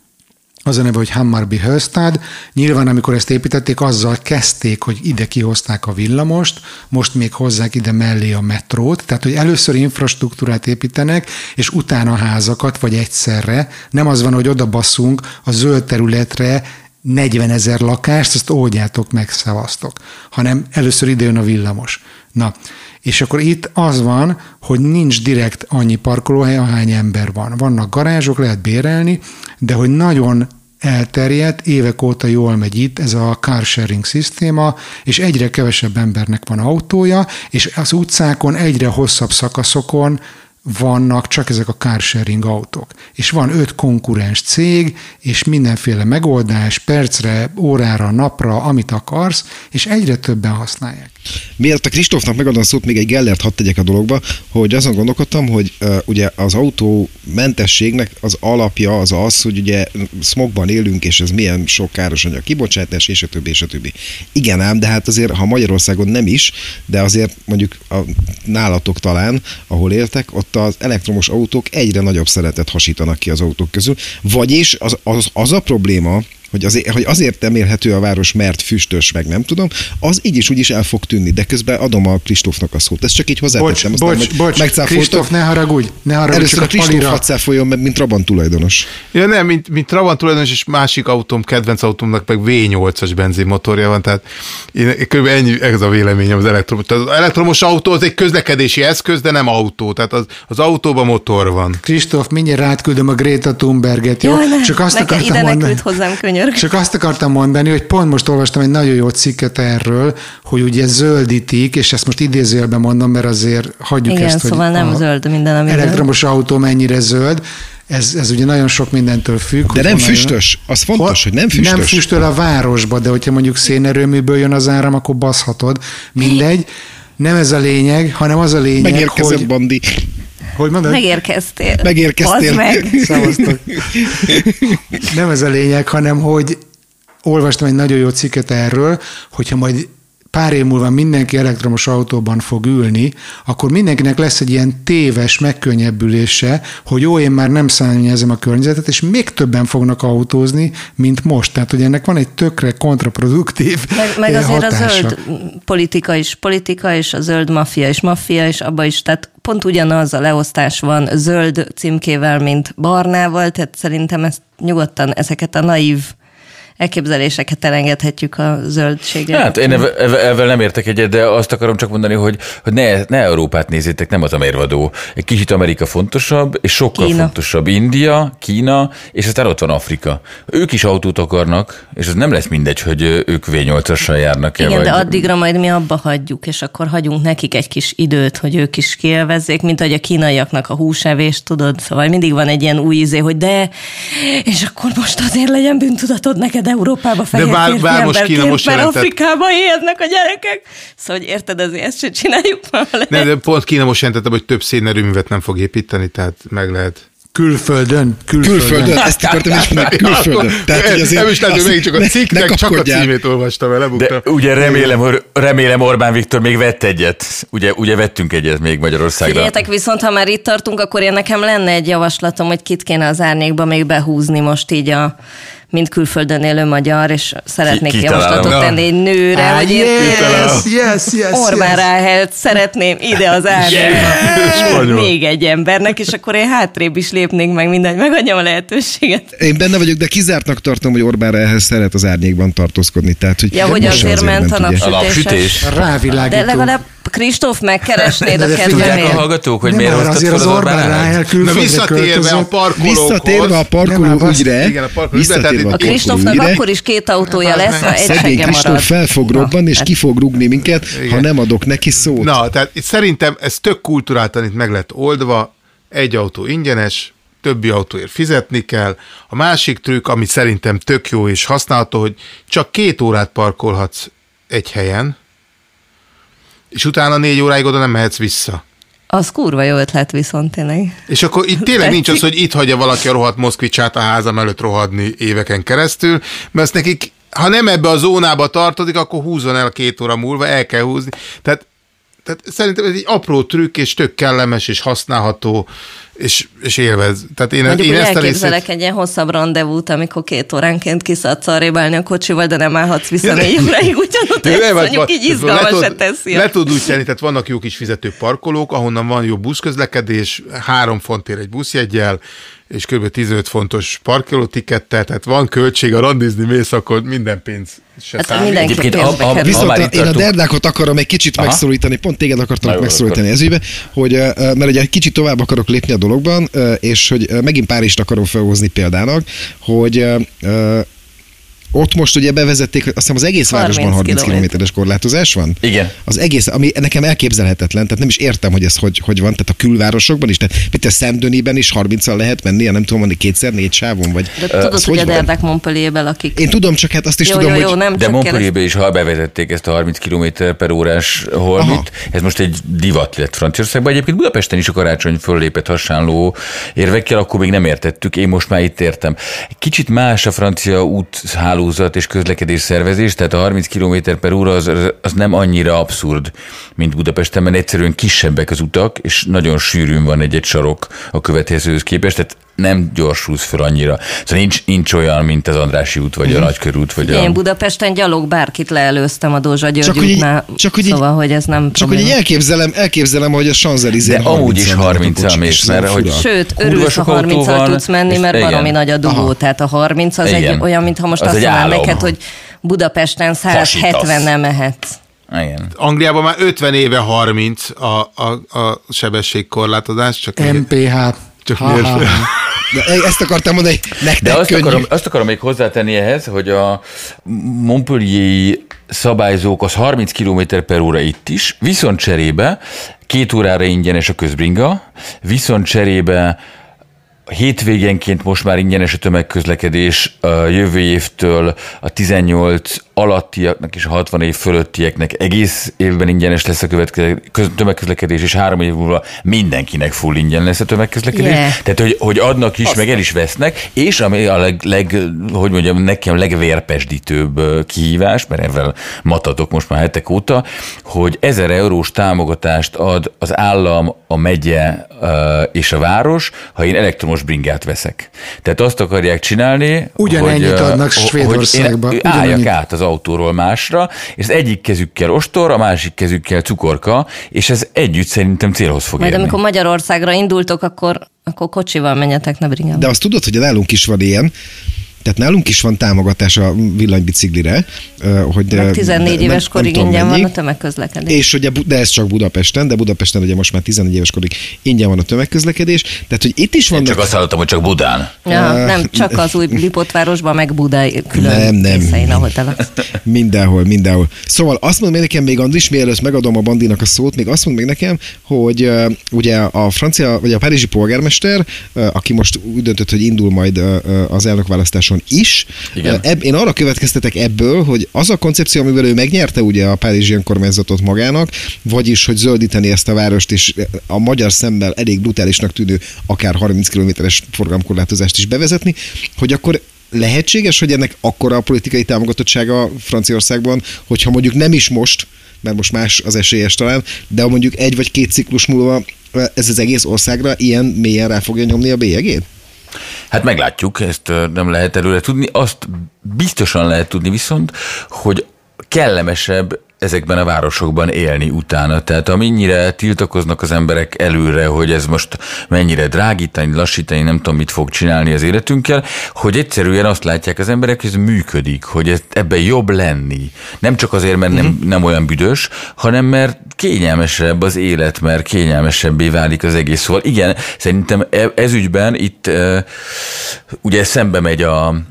Az a neve, hogy Hammarby Höstad. Nyilván, amikor ezt építették, azzal kezdték, hogy ide kihozták a villamost, most még hozzák ide mellé a metrót, tehát, hogy először infrastruktúrát építenek, és utána házakat, vagy egyszerre. Nem az van, hogy oda basszunk a zöld területre 40 000 lakást, azt oldjátok meg, szevasztok, hanem először ide jön a villamos. Na, és akkor itt az van, hogy nincs direkt annyi parkolóhely, ahány ember van. Vannak garázsok, lehet bérelni, de hogy nagyon elterjedt, évek óta jól megy itt ez a carsharing szisztéma, és egyre kevesebb embernek van autója, és az utcákon egyre hosszabb szakaszokon vannak csak ezek a carsharing autók. És van 5 konkurens cég, és mindenféle megoldás, percre, órára, napra, amit akarsz, és egyre többen használják. Mielőtt a Kristófnak megadom a szót, még egy Gellert hadd tegyek a dologba, hogy azon gondolkodtam, hogy ugye az autómentességnek az alapja az az, hogy ugye smogban élünk, és ez milyen sok káros anyag kibocsátás, és a többi, és a többi. Igen ám, de hát azért, ha Magyarországon nem is, de azért mondjuk nálatok talán, ahol éltek, ott az elektromos autók egyre nagyobb szeretet hasítanak ki az autók közül. Vagyis az a probléma, hogy azért nem élhető a város, mert füstös, meg nem tudom, az így is úgy is el fog tűnni, de közben adom a Kristófnak a szót. Ezt csak így hozzáteszem. Bocs, Kristóf, ne haragudj. Először a Kristóf hadd cáfoljon, mint Trabant tulajdonos. Ja nem, mint Trabant tulajdonos, és másik autóm, kedvenc autómnak meg V8-as benzinmotorja van, tehát körülbelül ennyi, ez a véleményem az elektromos. Az elektromos autó az egy közlekedési eszköz, de nem autó, tehát az autóban motor van. Kristóf, mindjárt átküldöm a Greta Thunberget, jó? Csak azt akartam mondani. Csak azt akartam mondani, hogy pont most olvastam egy nagyon jó cikket erről, hogy ugye zöldítik, és ezt most idézőjelben mondom, mert azért hagyjuk igen, ezt, szóval hogy nem zöld minden, ami elektromos autó mennyire zöld. Ez ugye nagyon sok mindentől függ. De nem füstös. Az fontos, hogy nem füstös. Nem füstöl a városba, de hogyha mondjuk szénerőműből jön az áram, akkor baszhatod. Mindegy. Nem ez a lényeg, hanem az a lényeg, megérkezett, hogy... Bandi. Hogy mondod? Megérkeztél. Meg. Szavaztok. Nem ez a lényeg, hanem hogy olvastam egy nagyon jó cikket erről, hogyha majd pár év múlva mindenki elektromos autóban fog ülni, akkor mindenkinek lesz egy ilyen téves megkönnyebbülése, hogy jó, én már nem szánnyezem a környezetet, és még többen fognak autózni, mint most. Tehát, hogy ennek van egy tökre kontraproduktív meg azért hatása. A zöld politika is, a zöld maffia is, abba is, tehát pont ugyanaz a leosztás van zöld címkével, mint barnával, tehát szerintem ezt nyugodtan ezeket a naív elképzeléseket elengedhetjük a zöldségre. Hát én ezzel nem értek egyet, de azt akarom csak mondani, hogy ne Európát nézzétek, nem az a mérvadó. Egy kicsit Amerika fontosabb, és sokkal fontosabb India, Kína, és aztán ott van Afrika. Ők is autót akarnak, és az nem lesz mindegy, hogy ők V8-assal járnak. Igen, de addigra majd mi abba hagyjuk, és akkor hagyunk nekik egy kis időt, hogy ők is kielvezzék, mint ahogy a kínaiaknak a húsevést, tudod? Szóval mindig van egy ilyen új ízé, hogy de, és akkor most azért legyen bűntudatod neked Európába fehér férfi emberként, mert Afrikába élnek a gyerekek. Szóval, hogy érted, azért ezt se csináljuk már. Nem, de pont Kína most jelentette, hogy több szénerőművet nem fog építeni, tehát meg lehet. Külföldön. Ezt akartam is mondani, külföldön. Nem is lehet, hogy még csak a cikknek csak a címét olvastam el, lebuktam. De ugye remélem Orbán Viktor még vett egyet. Ugye vettünk egyet még Magyarországra. Figyeljetek, viszont ha már itt tartunk, akkor én nekem lenne egy javaslatom, hogy kit kéne az árnyékba még behúzni most így mint külföldön élő magyar, és szeretnék javaslatot tenni egy nőre, hogy yes, Orbán Ráhelt szeretném ide az árnyékba. Még egy embernek, és akkor én hátrébb is lépnék meg mindegy, megadjam a lehetőséget. Én benne vagyok, de kizártnak tartom, hogy Orbán Ráhelt szeret az árnyékban tartózkodni. Tehát, hogy hogy azért ment a napsütés. Rávilágító. De legalább Kristóf megkeresnéd a kedvemért. Tudják a hallgatók, hogy miért hoztad fel az Orbán Ráhelt? Visszatérve a parkoló ügyre, a Kristófnak akkor is 2 autója lesz, ha egy szegény Kristóf fel fog robbanni, és ki fog rúgni minket, ha nem adok neki szót. Na, tehát szerintem ez tök kulturáltan itt meg lett oldva, egy autó ingyenes, többi autóért fizetni kell. A másik trükk, ami szerintem tök jó és használható, hogy csak 2 órát parkolhatsz egy helyen, és utána 4 óráig oda nem mehetsz vissza. Az kurva jó ötlet viszont tényleg. És akkor itt tényleg nincs az, hogy itt hagyja valaki a rohadt Moszkvicsát a házam előtt rohadni éveken keresztül, mert ezt nekik, ha nem ebbe a zónába tartozik, akkor húzzon el 2 óra múlva, el kell húzni. Tehát szerintem ez egy apró trükk, és tök kellemes, és használható, és élvez. Tehát én ezt elképzelek egy ilyen hosszabb rendezvút, amikor 2 óránként kiszadsz arrébb állni a kocsival, de nem állhatsz vissza 4 óráig, ugyanott mondjuk így izgalmasat teszi. Le tud úgy tenni, tehát vannak jó kis fizető parkolók, ahonnan van jó buszközlekedés, 3 fontért egy buszjeggyel, és kb. 15 fontos parkolótikettel, tehát van költség, a randizni mész, akkor minden pénz se számít. Viszont én a Derdákot akarom egy kicsit megszólítani, pont téged akartam megszólítani ez ügybe, hogy, mert ugye egy kicsit tovább akarok lépni a dologban, és hogy megint Párizst akarom felhozni példának, hogy ott most ugye bevezették, azt hiszem az egész városban 30 kilométeres korlátozás van. Igen. Az egész, ami nekem elképzelhetetlen, tehát nem is értem, hogy ez hogy van, tehát a külvárosokban is, tehát mit a Saint-Denis-ben is 30-al lehet menni, nem tudom mondani 2x4 sávon, vagy... De tudod, hogy a Derdák Montpellierből, akik... Én tudom, csak hát azt is tudom, hogy... Nem, de Montpellierbe is, ha bevezették ezt a 30 km/h-s holmit, ez most egy divat lett Franciaországban. Egyébként Budapesten is a karácsony föllépett hasonló érvekkel, akkor még nem értettük, én most már itt értem. Kicsit más a francia úthálózat és közlekedés szervezés, tehát a 30 km/h az nem annyira abszurd, mint Budapesten, mert egyszerűen kisebbek az utak, és nagyon sűrűn van egy sarok a következőhöz képest, tehát nem gyorsulsz fel annyira. Szóval nincs olyan, mint az Andrássy út, vagy a Nagykörút, vagy Én Budapesten gyalog bárkit leelőztem a Dózsa György útnál, szóval, hogy ez nem csak probléma. hogy elképzelem, hogy a Champs-Élysées-en de amúgy is 30-al mész, mert hogy... Sőt, örülsz, ha 30-al tudsz menni, mert baromi nagy a dugó, tehát a 30 az egy olyan, mintha most azt mondanám neked, hogy Budapesten 170-nel mehetsz. Igen. Angliában már 50 éve 30 a sebességkorlátozás, csak MPH. De ezt akartam mondani, nektek de azt akarom még hozzátenni ehhez, hogy a Montpellier-i szabályzók az 30 km/h itt is, viszont cserébe 2 órára ingyenes a közbringa, viszont cserébe hétvégenként most már ingyenes a tömegközlekedés, a jövő évtől a 18 alattiaknak és a 60 év fölöttieknek egész évben ingyenes lesz a tömegközlekedés, és 3 év múlva mindenkinek full ingyen lesz a tömegközlekedés. Yeah. Tehát, hogy adnak is, meg el is vesznek, és ami a hogy mondjam, nekem legvérpesdítőbb kihívás, mert ezzel matatok most már hetek óta, hogy 1000 eurós támogatást ad az állam, a megye és a város, ha én elektromos bringát veszek. Tehát azt akarják csinálni, ugyanennyit adnak Svédországban. Hogy álljak át az autóról másra, és az egyik kezükkel ostor, a másik kezükkel cukorka, és ez együtt szerintem célhoz fog érni. Majd amikor Magyarországra indultok, akkor kocsival menjetek, ne bringával. De azt tudod, hogy nálunk is van ilyen, tehát nálunk is van támogatás a villanybiciklire. Hogy 14 éves korig ingyen van a tömegközlekedés. És ugye, de ez csak Budapesten, de Budapesten ugye most már 14 éves korig ingyen van a tömegközlekedés. Tehát, hogy itt is vannak... Én csak azt hallottam, hogy csak Budán. Ja, nem, csak az új Lipotvárosban, meg Budai külön részein, ahol te laksz. Mindenhol. Szóval azt mondom nekem még, Andris, mielőtt megadom a Bandinak a szót, még azt mond még nekem, hogy ugye a francia, vagy a párizsi polgármester, aki most úgy döntött, hogy indul majd az elnökválasztáson is. Én arra következtetek ebből, hogy az a koncepció, amivel ő megnyerte ugye a párizsi önkormányzatot magának, vagyis, hogy zöldíteni ezt a várost, és a magyar szemmel elég brutálisnak tűnő akár 30 kilométeres forgalomkorlátozást is bevezetni, hogy akkor lehetséges, hogy ennek akkora a politikai támogatottsága Franciaországban, hogyha mondjuk nem is most, mert most más az esélyes talán, de mondjuk 1 vagy 2 ciklus múlva ez az egész országra ilyen mélyen rá fogja nyomni a bélyegét? Hát meglátjuk, ezt nem lehet előre tudni. Azt biztosan lehet tudni viszont, hogy kellemesebb ezekben a városokban élni utána. Tehát amennyire tiltakoznak az emberek előre, hogy ez most mennyire drágítani, lassítani, nem tudom, mit fog csinálni az életünkkel, hogy egyszerűen azt látják az emberek, hogy ez működik, hogy ebben jobb lenni. Nem csak azért, mert nem olyan büdös, hanem mert kényelmesebb az élet, mert kényelmesebbé válik az egész. Szóval igen, szerintem ez ügyben itt ugye szembe megy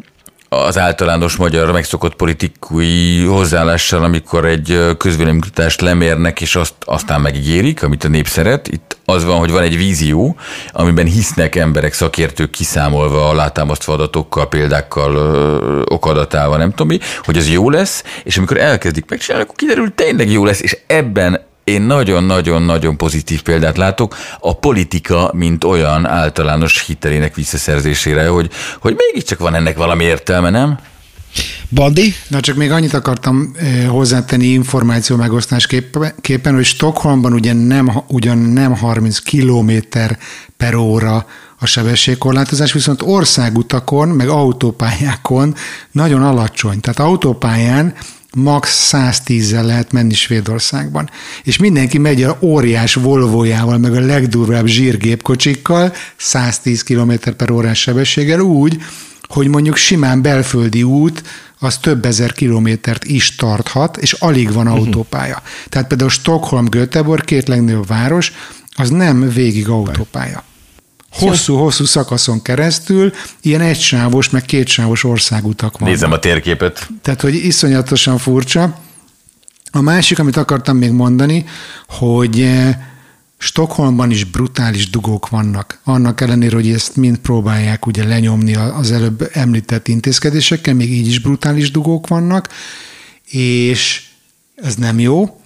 az általános magyar megszokott politikai hozzáállással, amikor egy közvéleménykutatást lemérnek, és aztán megígérik, amit a nép szeret. Itt az van, hogy van egy vízió, amiben hisznek emberek, szakértők kiszámolva, alátámasztva adatokkal, példákkal, okadatával, nem tudom mi, hogy az jó lesz, és amikor elkezdik megcsinálni, akkor kiderül, tényleg jó lesz, és ebben én nagyon-nagyon-nagyon pozitív példát látok a politika, mint olyan általános hitelének visszaszerzésére, hogy mégiscsak van ennek valami értelme, nem? Bandi? Na csak még annyit akartam hozzátenni információ megosztásképpen, hogy Stockholmban ugyan nem 30 km/h a sebességkorlátozás, viszont országutakon, meg autópályákon nagyon alacsony. Tehát autópályán max 110-zel lehet menni Svédországban. És mindenki megy a óriás Volvójával, meg a legdurvább zsírgépkocsikkal 110 km/h sebességgel úgy, hogy mondjuk simán belföldi út az több ezer kilométert is tarthat, és alig van autópálya. Tehát például Stockholm-Göteborg, két legnagyobb város, az nem végig autópálya. Hosszú-hosszú szakaszon keresztül ilyen egysávos, meg kétsávos országutak vannak. Nézem a térképet. Tehát, hogy iszonyatosan furcsa. A másik, amit akartam még mondani, hogy Stockholmban is brutális dugók vannak. Annak ellenére, hogy ezt mind próbálják ugye lenyomni az előbb említett intézkedésekkel, még így is brutális dugók vannak, és ez nem jó.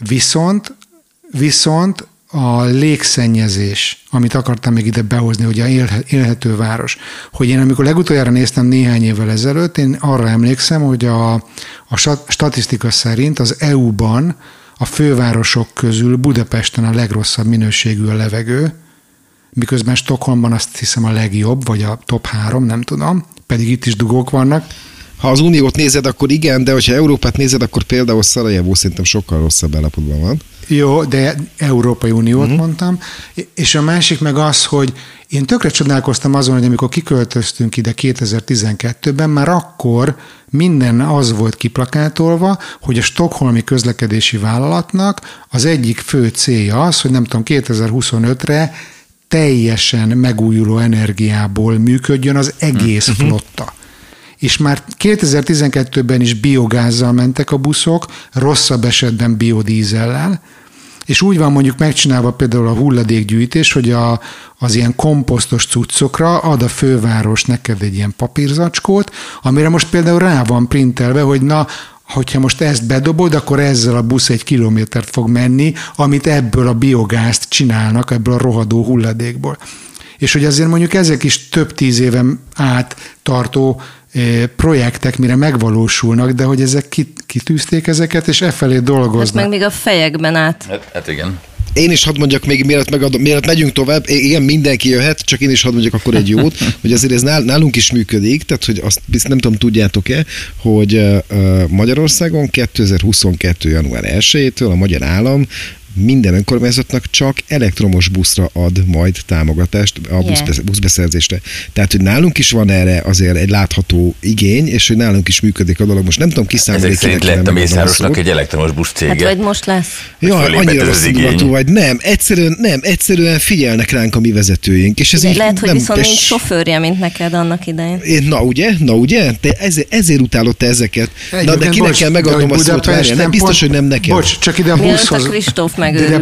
Viszont a légszennyezés, amit akartam még ide behozni, hogy a élhető város, hogy én amikor legutoljára néztem néhány évvel ezelőtt, én arra emlékszem, hogy a statisztika szerint az EU-ban a fővárosok közül Budapesten a legrosszabb minőségű a levegő, miközben Stockholmban azt hiszem a legjobb, vagy a top 3, nem tudom, pedig itt is dugók vannak. Ha az Uniót nézed, akkor igen, de ha Európát nézed, akkor például Szarajevó szerintem sokkal rosszabb állapotban van. Jó, de Európai Uniót mondtam. És a másik meg az, hogy én tökre csodálkoztam azon, hogy amikor kiköltöztünk ide 2012-ben, már akkor minden az volt kiplakátolva, hogy a stockholmi közlekedési vállalatnak az egyik fő célja az, hogy nem tudom, 2025-re teljesen megújuló energiából működjön az egész flotta. És már 2012-ben is biogázzal mentek a buszok, rosszabb esetben biodízellel, és úgy van mondjuk megcsinálva például a hulladékgyűjtés, hogy az ilyen komposztos cuccokra ad a főváros neked egy ilyen papírzacskót, amire most például rá van printelve, hogy na, hogyha most ezt bedobod, akkor ezzel a busz 1 kilométert fog menni, amit ebből a biogázt csinálnak, ebből a rohadó hulladékból. És hogy azért mondjuk ezek is több 10 éven át tartó projektek, mire megvalósulnak, de hogy ezek kitűzték ezeket, és efelé dolgoznak. Ez meg még a fejekben át. Hát igen. Én is hadd mondjak még, mielőtt megyünk tovább, igen, mindenki jöhet, csak én is hadd mondjak akkor egy jót, hogy azért ez nálunk is működik, tehát hogy azt nem tudom, tudjátok-e, hogy Magyarországon 2022. január 1-től a magyar állam minden önkormányzatnak csak elektromos buszra ad majd támogatást a buszbeszerzésre. Tehát, hogy nálunk is van erre azért egy látható igény, és hogy nálunk is működik a dolog. Most nem tudom kiszámolni. Ezek szerint lett a Mészárosnak egy elektromos busz cége. Hát vagy most lesz. Jaj, annyira rossz indulatú vagy. Egyszerűen figyelnek ránk a mi vezetőink. És ez így lehet, hogy viszont nincs sofőrje, mint neked annak idején. Na ugye? Te ezért utálod te ezeket. De kinek kell megadnom a szót, várjál. Nem biztos, hogy nem neked. Bocs, csak ide a buszhoz. De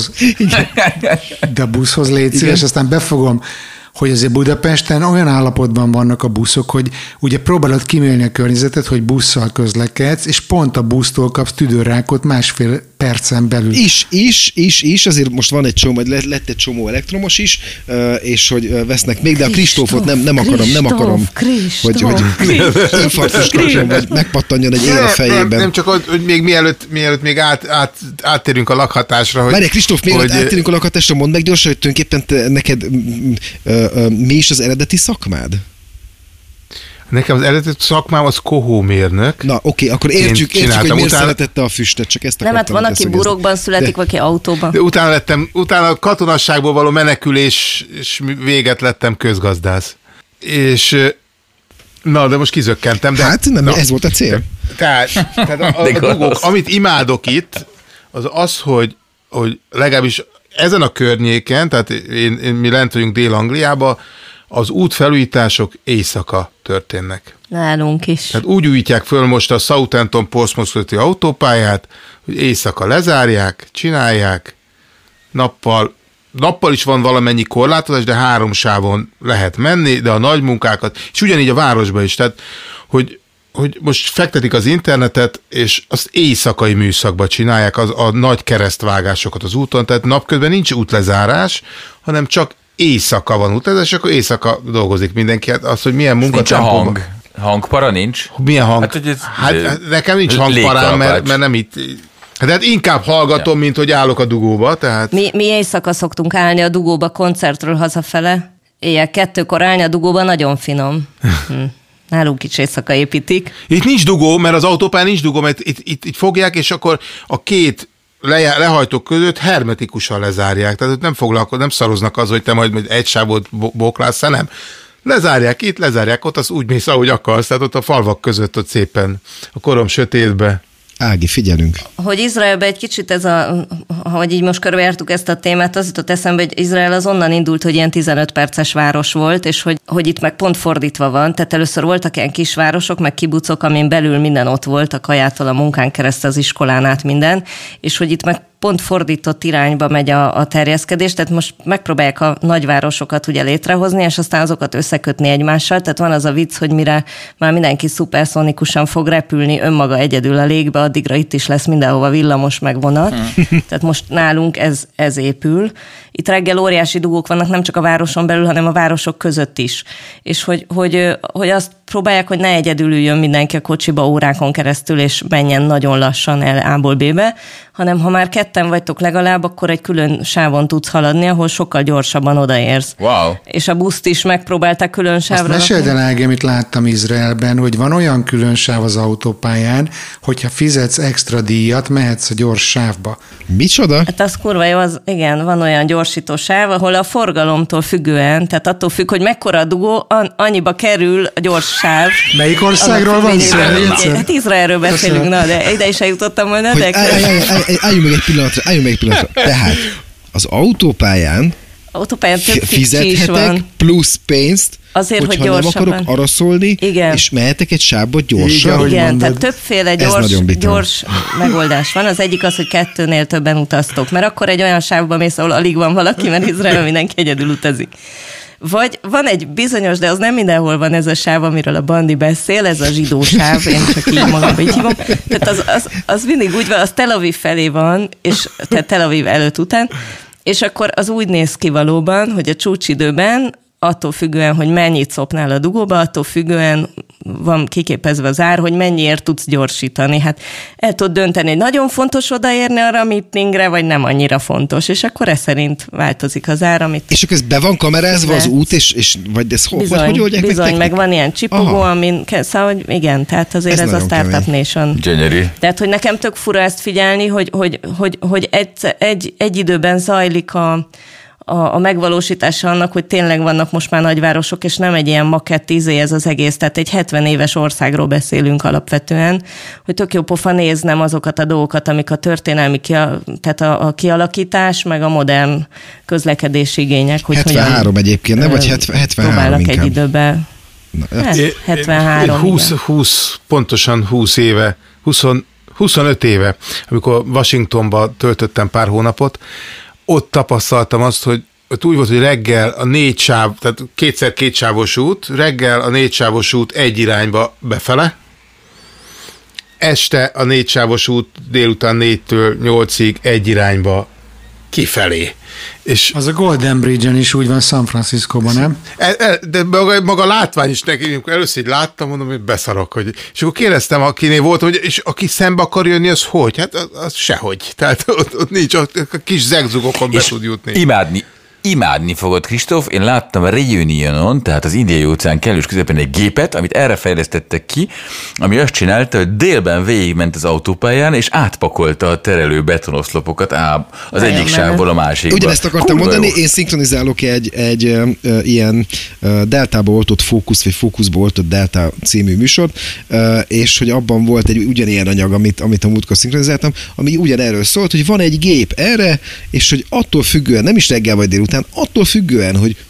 buszhoz légy szíves, aztán befogom, hogy azért Budapesten olyan állapotban vannak a buszok, hogy ugye próbálod kimélni a környezetet, hogy busszal közlekedsz, és pont a busztól kapsz tüdőrákot 1,5 percen belül. Is, azért most van egy csomó, lett egy csomó elektromos is, és hogy vesznek még, de a Kristófot nem akarom, hogy infarktus kapjon, vagy megpattanjon egy él a fejében. Nem csak, hogy még mielőtt még áttérünk a lakhatásra. Várj, Kristóf, mielőtt áttérünk a lakhatásra, mondd meg gyorsan, hogy tulajdonképpen neked mi is az eredeti szakmád? Nekem az eredeti szakmám az kohómérnök. Na, oké, akkor értjük hogy miért szeretette a füstet, csak ezt akartam. Nem, hát van, aki burokban születik, vagy aki autóban. De utána a katonasságból való menekülés és véget lettem közgazdász. És na, de most kizökkentem. De, hát nem, ez volt a cél. Tehát a dugók, amit imádok itt, az, hogy legalábbis ezen a környéken, tehát mi lent vagyunk Dél-Angliában, az útfelújítások éjszaka történnek. Nálunk is. Tehát úgy újítják föl most a Southampton-Portsmouth közötti autópályát, hogy éjszaka lezárják, csinálják, nappal is van valamennyi korlátozás, de 3 sávon lehet menni, de a nagy munkákat, és ugyanígy a városban is, tehát hogy most fektetik az internetet, és azt éjszakai műszakban csinálják a nagy keresztvágásokat az úton, tehát napközben nincs útlezárás, hanem csak éjszaka van útlezárás, és akkor éjszaka dolgozik mindenki. Hát az, hogy milyen munkatempóban... Hangpara nincs? Milyen hang? Hát nekem nincs hangparám, mert nem itt... Hát inkább hallgatom, mint hogy állok a dugóba, tehát... Mi éjszaka szoktunk állni a dugóba koncertről hazafele. Éjjel 2-kor állni a dugóba nagyon finom. Nálunk is éjszaka építik. Itt nincs dugó, mert az autópályán nincs dugó, mert itt fogják, és akkor a két lehajtók között hermetikusan lezárják. Tehát ott nem szaroznak az, hogy te majd egy sávot boklász, nem. Lezárják itt, lezárják ott, az úgy mész, ahogy akarsz, tehát ott a falvak között ott szépen a korom sötétbe. Ági, figyelünk. Hogy Izraelben egy kicsit hogy így most körbejártuk ezt a témát, az jutott eszembe, hogy Izrael az onnan indult, hogy ilyen 15 perces város volt, és hogy itt meg pont fordítva van. Tehát először voltak ilyen kisvárosok, meg kibucok, amin belül minden ott volt, a kajától a munkán keresztül az iskolán át minden, és hogy itt meg pont fordított irányba megy a terjeszkedés, tehát most megpróbálják a nagyvárosokat ugye létrehozni, és aztán azokat összekötni egymással, tehát van az a vicc, hogy mire már mindenki szuperszonikusan fog repülni önmaga egyedül a légbe, addigra itt is lesz mindenhova villamos meg vonat. Tehát most nálunk ez épül. Itt reggel óriási dugók vannak nem csak a városon belül, hanem a városok között is. És hogy azt próbálják, hogy ne egyedül üljön mindenki a kocsiba órákon keresztül, és menjen nagyon lassan el A-ból B-be, hanem ha már ketten vagytok legalább, akkor egy külön sávon tudsz haladni, ahol sokkal gyorsabban odaérsz. Wow. És a buszt is megpróbálták külön sávra. Azt meséld el, Ági, amit láttam Izraelben, hogy van olyan külön sáv az autópályán, hogyha fizetsz extra díjat, mehetsz a gyors sávba. Micsoda? Hát az kurva jó, igen, van olyan gyorsító sáv, ahol a forgalomtól függően, tehát attól függ, hogy mekkora a dugó, annyiba kerül a gyors sáv. Melyik országról van szó? Hát Izraelről beszélünk, na, de ide is eljutottam volna. Álljunk meg egy pillanatra. Tehát az autópályán több fizethetek plusz pénzt, azért, hogy nem akarok araszolni, igen. És mehetek egy sávba gyorsan. Igen, tehát többféle gyors megoldás van. Az egyik az, hogy 2-nél többen utaztok, mert akkor egy olyan sávban mész, ahol alig van valaki, mert Izraelben mindenki egyedül utazik. Vagy van egy bizonyos, de az nem mindenhol van ez a sáv, amiről a Bandi beszél, ez a zsidó sáv, én csak így magam így hívom. Tehát az mindig úgy van, az Tel Aviv felé van, és tehát Tel Aviv előtt után, és akkor az úgy néz ki valóban, hogy a csúcsidőben attól függően, hogy mennyit szopnál a dugóba, attól függően van kiképezve az ár, hogy mennyiért tudsz gyorsítani. Hát el tudod dönteni, hogy nagyon fontos odaérni arra a meetingre, vagy nem annyira fontos, és akkor ez szerint változik az ár, amit... És akkor ez be van kamerázva az út, és vagy ez hogy oldják bizony, meg van ilyen csipogó, amin szóval, hogy igen, tehát azért ez a Startup Nation. Gyönyörű. Tehát, hogy nekem tök fura ezt figyelni, hogy egy időben zajlik a megvalósítása annak, hogy tényleg vannak most már nagyvárosok, és nem egy ilyen makett ez az egész, tehát egy 70 éves országról beszélünk alapvetően, hogy tök jó pofa néznem azokat a dolgokat, amik a történelmi, tehát a kialakítás, meg a modern közlekedési igények. Hogy 73 egyébként, nem? Vagy 73 próbálnak egy időben. 73, pontosan 20 éve, 25 éve, amikor Washingtonba töltöttem pár hónapot, ott tapasztaltam azt, hogy ott úgy volt, hogy reggel a 4 sáv, tehát 2x2 sávos út, reggel a 4 sávos út egy irányba befele, este a 4 sávos út délután 4-től 8-ig egy irányba kifelé. És az a Golden Bridge-en is úgy van San Franciscóban, nem? De maga a látvány is neki, amikor először így láttam, mondom, hogy beszarok. És akkor kérdeztem, akinél volt, hogy és aki szembe akar jönni, az hogy? Hát az sehogy. Tehát ott nincs, a kis zegzugokon be tud jutni. Imádni fogod, Kristóf. Én láttam a Reunionon, tehát az Indiai óceán kellős közepén egy gépet, amit erre fejlesztettek ki, ami azt csinálta, hogy délben végigment az autópályán, és átpakolta a terelő betonoszlopokat az egyik sávból a másikba. Ugyanezt akartam mondani, én szinkronizálok egy ilyen Deltába oltott Fókusz, vagy Fókuszba oltott Delta című műsort, és hogy abban volt egy ugyanilyen anyag, amit a múltkor szinkronizáltam, ami ugyanerről szólt, hogy van egy gép erre, és hogy attól függően, nem is reggel vagy délután, attól függően, hogy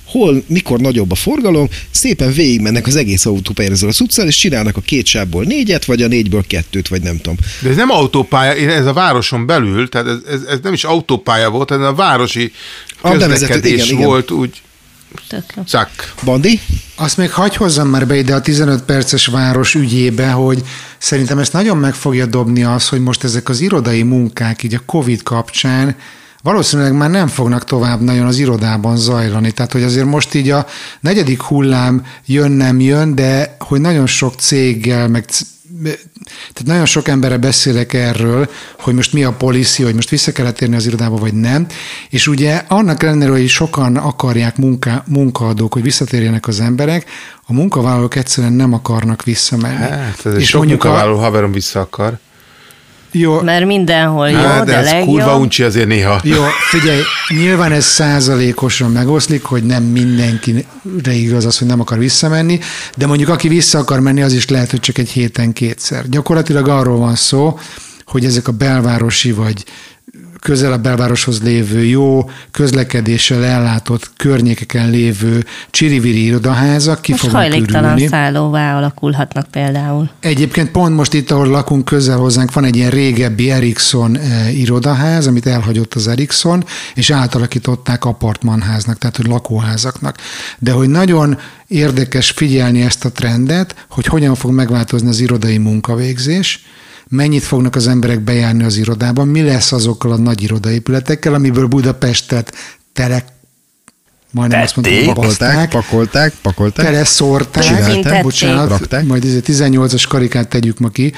mikor nagyobb a forgalom, szépen végigmennek az egész autópályára az utcán, és csinálnak a 2 sávból 4-et, vagy a 4-ből 2-t, vagy nem tudom. De ez nem autópálya, ez a városon belül, tehát ez nem is autópálya volt, hanem a városi közlekedés volt úgy. Csak. Bandi? Azt még hagyj hozzam már be ide a 15 perces város ügyébe, hogy szerintem ezt nagyon meg fogja dobni az, hogy most ezek az irodai munkák így a Covid kapcsán valószínűleg már nem fognak tovább nagyon az irodában zajlani. Tehát, hogy azért most így a 4. hullám nem jön, de hogy nagyon sok céggel, tehát nagyon sok emberre beszélek erről, hogy most mi a policy, hogy most vissza kellett térni az irodába, vagy nem. És ugye annak ellenére, hogy sokan akarják munkaadók, hogy visszatérjenek az emberek, a munkavállalók egyszerűen nem akarnak visszamenni. Hát, ez és sok munkavállaló haverom vissza akar. Jó. Mert mindenhol jó, de ez legjobb. kurva uncsi azért néha. Jó, figyelj, nyilván ez százalékosan megoszlik, hogy nem mindenkire igaz az, hogy nem akar visszamenni, de mondjuk aki vissza akar menni, az is lehet, hogy csak egy héten 2-szer. Gyakorlatilag arról van szó, hogy ezek a belvárosi vagy közel a belvároshoz lévő, jó közlekedéssel ellátott környékeken lévő csiriviri irodaházak ki fognak ürülni. Most hajléktalan szállóvá alakulhatnak például. Egyébként pont most itt, ahol lakunk, közel hozzánk van egy ilyen régebbi Ericsson irodaház, amit elhagyott az Ericsson, és átalakították apartmanháznak, tehát hogy lakóházaknak. De hogy nagyon érdekes figyelni ezt a trendet, hogy hogyan fog megváltozni az irodai munkavégzés, mennyit fognak az emberek bejárni az irodában, mi lesz azokkal a nagy irodaépületekkel, amiből Budapestet majdnem azt mondtam, pakolták. Teleszórták, bocsánat, rakták. majd 18-as karikát tegyük ma ki,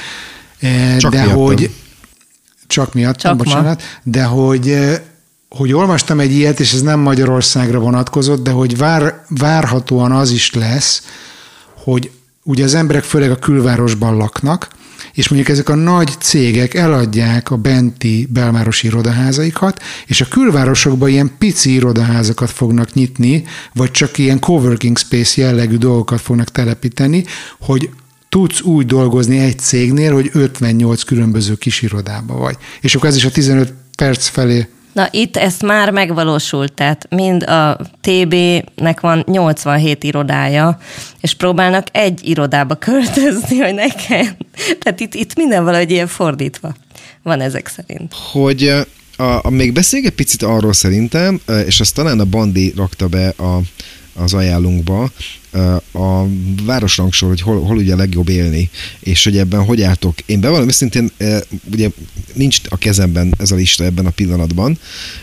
csak miattam, bocsánat, de hogy olvastam egy ilyet, és ez nem Magyarországra vonatkozott, de hogy várhatóan az is lesz, hogy ugye az emberek főleg a külvárosban laknak, és mondjuk ezek a nagy cégek eladják a benti belvárosi irodaházaikat, és a külvárosokban ilyen pici irodaházakat fognak nyitni, vagy csak ilyen coworking space jellegű dolgokat fognak telepíteni, hogy tudsz úgy dolgozni egy cégnél, hogy 58 különböző kis irodában vagy. És akkor ez is a 15 perc felé. Na itt ezt már megvalósult, tehát mind a TB-nek van 87 irodája, és próbálnak egy irodába költözni, hogy ne kelljen. Tehát itt minden valahogy ilyen fordítva van ezek szerint. Hogy még beszélj egy picit arról szerintem, és azt talán a Bandi rakta be az ajánlunkba, a városrangsor, hogy hol ugye a legjobb élni, és hogy ebben hogy álltok. Én bevallom őszintén, ugye nincs a kezemben ez a lista ebben a pillanatban,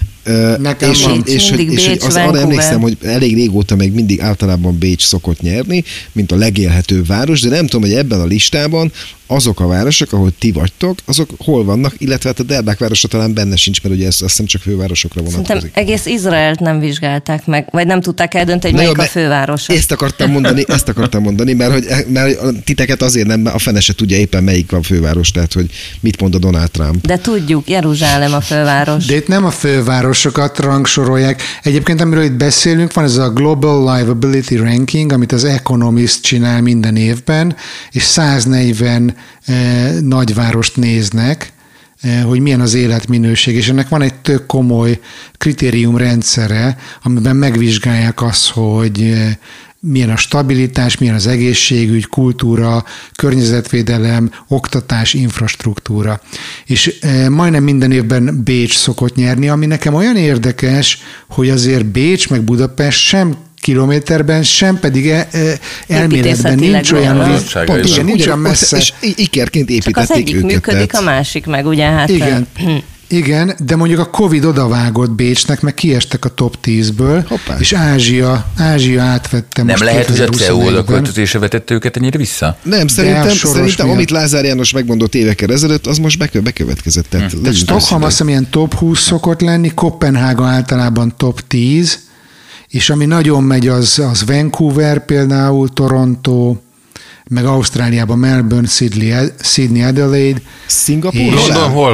és arra emlékszem, hogy elég régóta még mindig általában Bécs szokott nyerni, mint a legélhetőbb város, de nem tudom, hogy ebben a listában azok a városok, ahol ti vagytok, azok hol vannak, illetve hát a Derdák városa talán benne sincs, mert ugye ezt azt hiszem csak fővárosokra vonatkozik. Szerintem egész Izraelt nem vizsgálták meg, vagy nem tudták eldönteni, hogy melyik a fővárosa. Ezt akartam mondani, mert titeket azért nem, a fene se tudja éppen melyik a főváros, tehát hogy mit mond a Donald Trump. De tudjuk, Jeruzsálem a főváros. De itt nem a fővárosokat rangsorolják. Egyébként, amiről itt beszélünk, van ez a Global Livability Ranking, amit az Economist csinál minden évben, és 140 nagyvárost néznek, hogy milyen az életminőség, és ennek van egy tök komoly kritériumrendszere, amiben megvizsgálják azt, hogy milyen a stabilitás, milyen az egészségügy, kultúra, környezetvédelem, oktatás, infrastruktúra. És majdnem minden évben Bécs szokott nyerni, ami nekem olyan érdekes, hogy azért Bécs meg Budapest sem kilométerben, sem pedig elméletben nincs olyan nincs olyan messze. És ikerként építették csak az egyik őket. Működik, a másik meg, ugye? Hát igen, de mondjuk a Covid odavágott Bécsnek, meg kiestek a top 10-ből, és Ázsia átvette most. Nem lehet, hogy a CEU oda költözése vetette őket ennyire vissza? Nem, szerintem amit Lázár János megmondott évekkel ezelőtt, az most bekövetkezett. Tehát Stockholm azt hiszem ilyen top 20 szokott lenni, Koppenhága általában top 10, és ami nagyon megy, az Vancouver például, Toronto, meg Ausztráliában Melbourne, Sydney, Adelaide. Szingapúr? London hol van?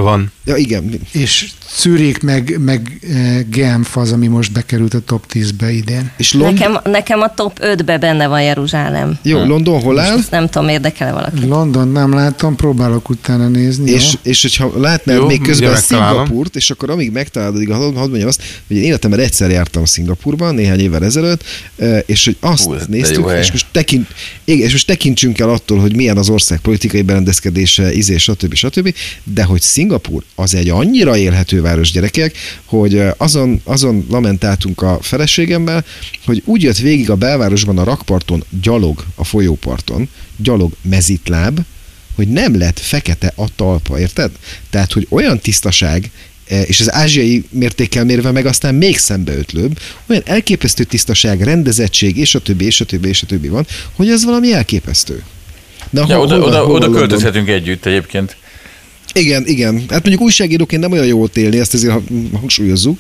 Ja, igen. És Zürich meg Genf az, ami most bekerült a top 10-be idén. És nekem a top 5-be benne van Jeruzsálem. Jó, London hol áll? Ezt nem tudom, érdekel-e valaki. London nem látom, próbálok utána nézni. És hogyha látnál még közben Szingapurt, és akkor amíg megtalálod, hadd mondjam azt, hogy én életemben egyszer jártam Szingapurban, néhány évvel ezelőtt, és hogy azt néztük, és most tekintsünk el attól, hogy milyen az ország politikai berendezkedése, stb. De hogy Szingapur az egy annyira élhető város, gyerekek, hogy azon lamentáltunk a feleségemmel, hogy úgy jött végig a belvárosban a rakparton, gyalog a folyóparton, gyalog mezitláb, hogy nem lett fekete a talpa, érted? Tehát, hogy olyan tisztaság, és az ázsiai mértékkel mérve meg aztán még szembeötlőbb, olyan elképesztő tisztaság, rendezettség, és a többi van, hogy ez valami elképesztő. De oda költözhetünk együtt egyébként. Igen. Hát mondjuk újságíróként nem olyan jó ott élni, ezt azért hangsúlyozzuk.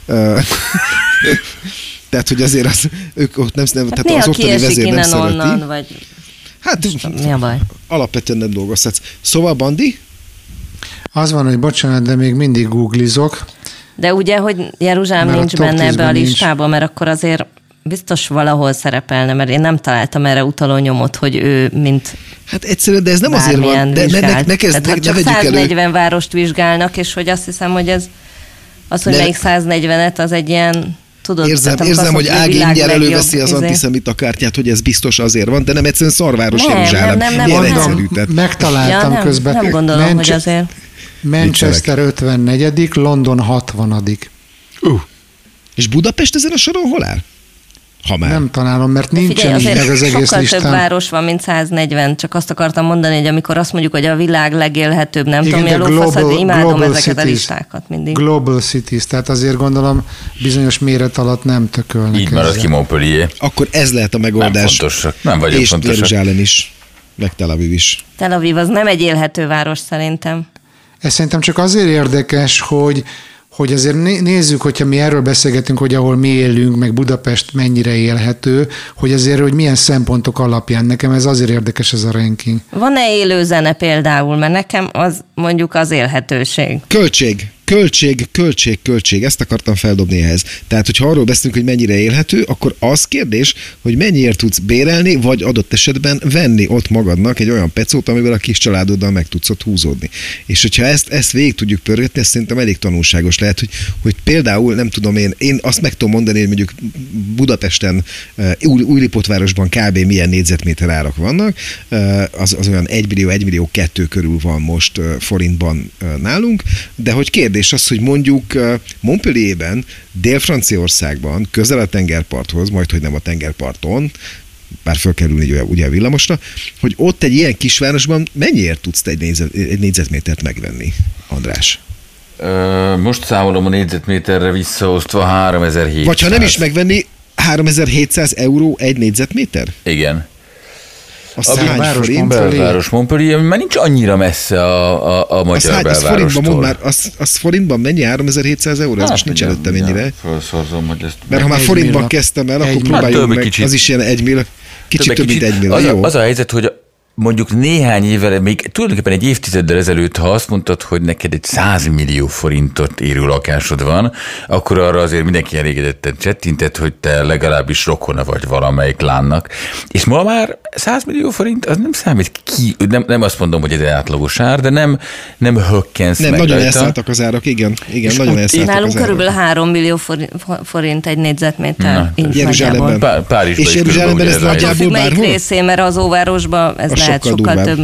Tehát, hogy azért ők ott nem tehát az ottani vezér nem szereti. Onnan, vagy hát mi a baj? Alapvetően nem dolgozhatsz. Szóval, Bandi? Az van, hogy bocsánat, de még mindig googlizok. De ugye, hogy Jeruzsálem nincs benne ebbe a listába, mert akkor azért biztos valahol szerepelne, mert én nem találtam erre utaló nyomot, hogy ő mint hát egyszerűen, de ez nem azért van. De ne csak 140 várost vizsgálnak, és hogy azt hiszem, hogy ez az, hogy melyik 140-et, az egy ilyen tudod, érzem, hogy Ági ingyen előveszi az antiszemita kártyát, hogy ez biztos azért van, de nem egyszerűen szarváros Jeruzsálem. Nem. Megtaláltam közben. Nem gondolom, hogy azért. Manchester 54., London 60. És Budapest ezen a soron hol áll? Ha már. Nem találom, mert nincsen így meg az egész sokkal listán. Több város van, mint 140, csak azt akartam mondani, hogy amikor azt mondjuk, hogy a világ legélhetőbb, nem tudom, mi a lófasz, hogy imádom ezeket a listákat mindig. Global cities, tehát azért gondolom bizonyos méret alatt nem tökölnek. Így marad ki Montpellier. Akkor ez lehet a megoldás. Nem fontosak. Nem vagyok és fontosak. És Jeruzsálem is, meg Tel Aviv is. Tel Aviv az nem egy élhető város szerintem. Ez szerintem csak azért érdekes, hogy azért nézzük, hogyha mi erről beszélgetünk, hogy ahol mi élünk, meg Budapest mennyire élhető, hogy azért, hogy milyen szempontok alapján. Nekem ez azért érdekes ez a ranking. Van-e élő zene például? Mert nekem az mondjuk az élhetőség. Költség. Ezt akartam feldobni ehhez. Tehát, hogyha arról beszélünk, hogy mennyire élhető, akkor az kérdés, hogy mennyiért tudsz bérelni, vagy adott esetben venni ott magadnak egy olyan pecót, amivel a kis családoddal meg tudsz ott húzódni. És hogyha ezt végig tudjuk pörgetni, ez szerintem elég tanulságos lehet, hogy például, nem tudom én azt meg tudom mondani, hogy mondjuk Budapesten, Újlipotvárosban kb. Milyen négyzetméter árak vannak, az olyan 1 millió 2 körül van most forintban nálunk, de hogy kérdés az, hogy mondjuk Montpellierben, Dél-Franciaországban, közel a tengerparthoz, majd hogy nem a tengerparton, bár föl kell ülni ugye a villamosra, hogy ott egy ilyen kisvárosban mennyiért tudsz egy négyzetmétert megvenni, András? Most számolom a négyzetméterre visszaosztva 3700. Vagy ha nem is megvenni, 3700 euró egy négyzetméter? Igen. A belváros Montpellier, már nincs annyira messze a magyar belvárostól. Az forintban mennyi? 3700 euró? Ez most nincs előtte mennyire. Felszorzom, hogy ezt... Mert ha már forintban kezdtem el, akkor próbáljuk meg. Az is ilyen 1 millió. Kicsit több, mint 1 millió. Az a helyzet, hogy mondjuk néhány évvel, még tulajdonképpen egy évtizeddel ezelőtt, ha azt mondtad, hogy neked egy 100 millió forintot érő lakásod van, akkor arra azért mindenki elégedetten csettintett, hogy te legalábbis rokona vagy valamelyik lánnak. És ma már 100 millió forint, az nem számít ki, nem azt mondom, hogy ez átlagos ár, de nem hökkensz meg. Nagyon elszálltak az árak, igen nagyon elszálltak az nálunk körülbelül 3 millió forint egy négyzetméter. Jeruzsálemben. Párizsban és Jeruzsálemben ez nagyjából bárhol? Melyik részén, mert az óvárosban ez lehet sokkal több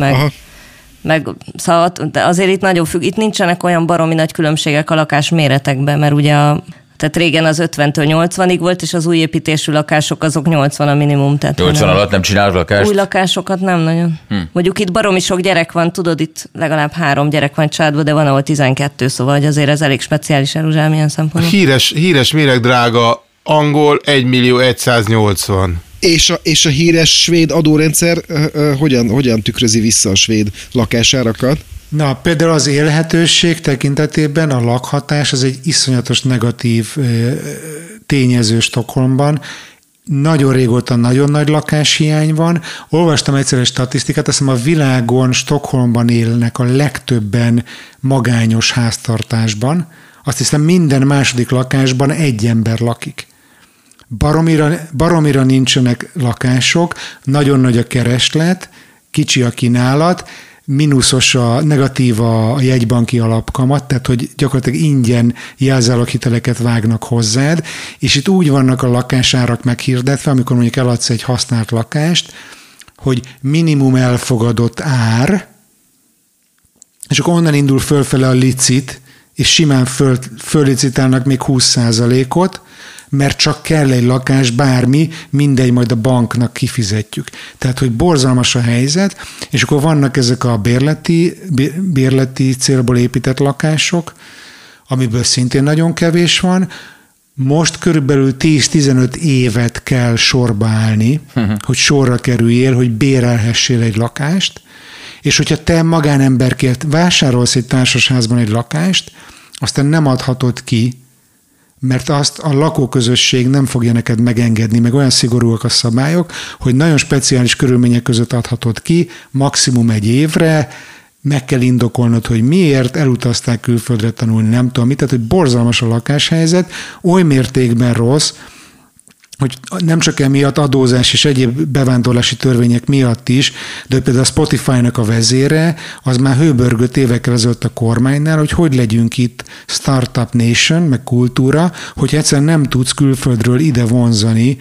meg szóval, de azért itt nagyon függ, itt nincsenek olyan baromi nagy különbségek a lakás méretekben, mert ugye tehát régen az 50-től 80-ig volt, és az új építésű lakások azok 80 a minimum. Tehát 80 alatt nem csinál lakást? Új lakásokat nem nagyon. Mondjuk itt baromi sok gyerek van, tudod, itt legalább 3 gyerek van családban, de van, ahol 12, szóval hogy azért ez elég speciális Jeruzsálem ilyen szempontból. Híres méregdrága angol 1 millió 180. És a híres svéd adórendszer hogyan tükrözi vissza a svéd lakásárakat? Na, például az élhetőség tekintetében a lakhatás az egy iszonyatos negatív tényező Stockholmban. nagyon régóta nagyon nagy lakáshiány van. Olvastam egyszer egy statisztikát, azt hiszem a világon Stockholmban élnek a legtöbben magányos háztartásban. Azt hiszem minden második lakásban egy ember lakik. Baromira nincsenek lakások, nagyon nagy a kereslet, kicsi a kínálat, mínuszos negatív a jegybanki alapkamat, tehát hogy gyakorlatilag ingyen jelzáloghiteleket vágnak hozzád, és itt úgy vannak a lakásárak meghirdetve, amikor mondjuk eladsz egy használt lakást, hogy minimum elfogadott ár, és akkor onnan indul fölfele a licit, és simán föllicitálnak még 20%-ot, mert csak kell egy lakás, bármi, mindegy, majd a banknak kifizetjük. Tehát, hogy borzalmas a helyzet, és akkor vannak ezek a bérleti célból épített lakások, amiből szintén nagyon kevés van. Most körülbelül 10-15 évet kell sorba állni, hogy sorra kerüljél, hogy bérelhessél egy lakást, és hogyha te magánemberként vásárolsz egy társasházban egy lakást, aztán nem adhatod ki, mert azt a lakóközösség nem fogja neked megengedni, meg olyan szigorúak a szabályok, hogy nagyon speciális körülmények között adhatod ki, maximum egy évre, meg kell indokolnod, hogy miért, elutazták külföldre tanulni, nem tudom mit, tehát hogy borzalmas a lakáshelyzet, oly mértékben rossz, hogy nem csak emiatt adózás és egyéb bevándorlási törvények miatt is, de például a Spotify-nak a vezére, az már hőbörgött évekkel ezelőtt a kormánynál, hogy legyünk itt startup nation, meg kultúra, hogy egyszerűen nem tudsz külföldről ide vonzani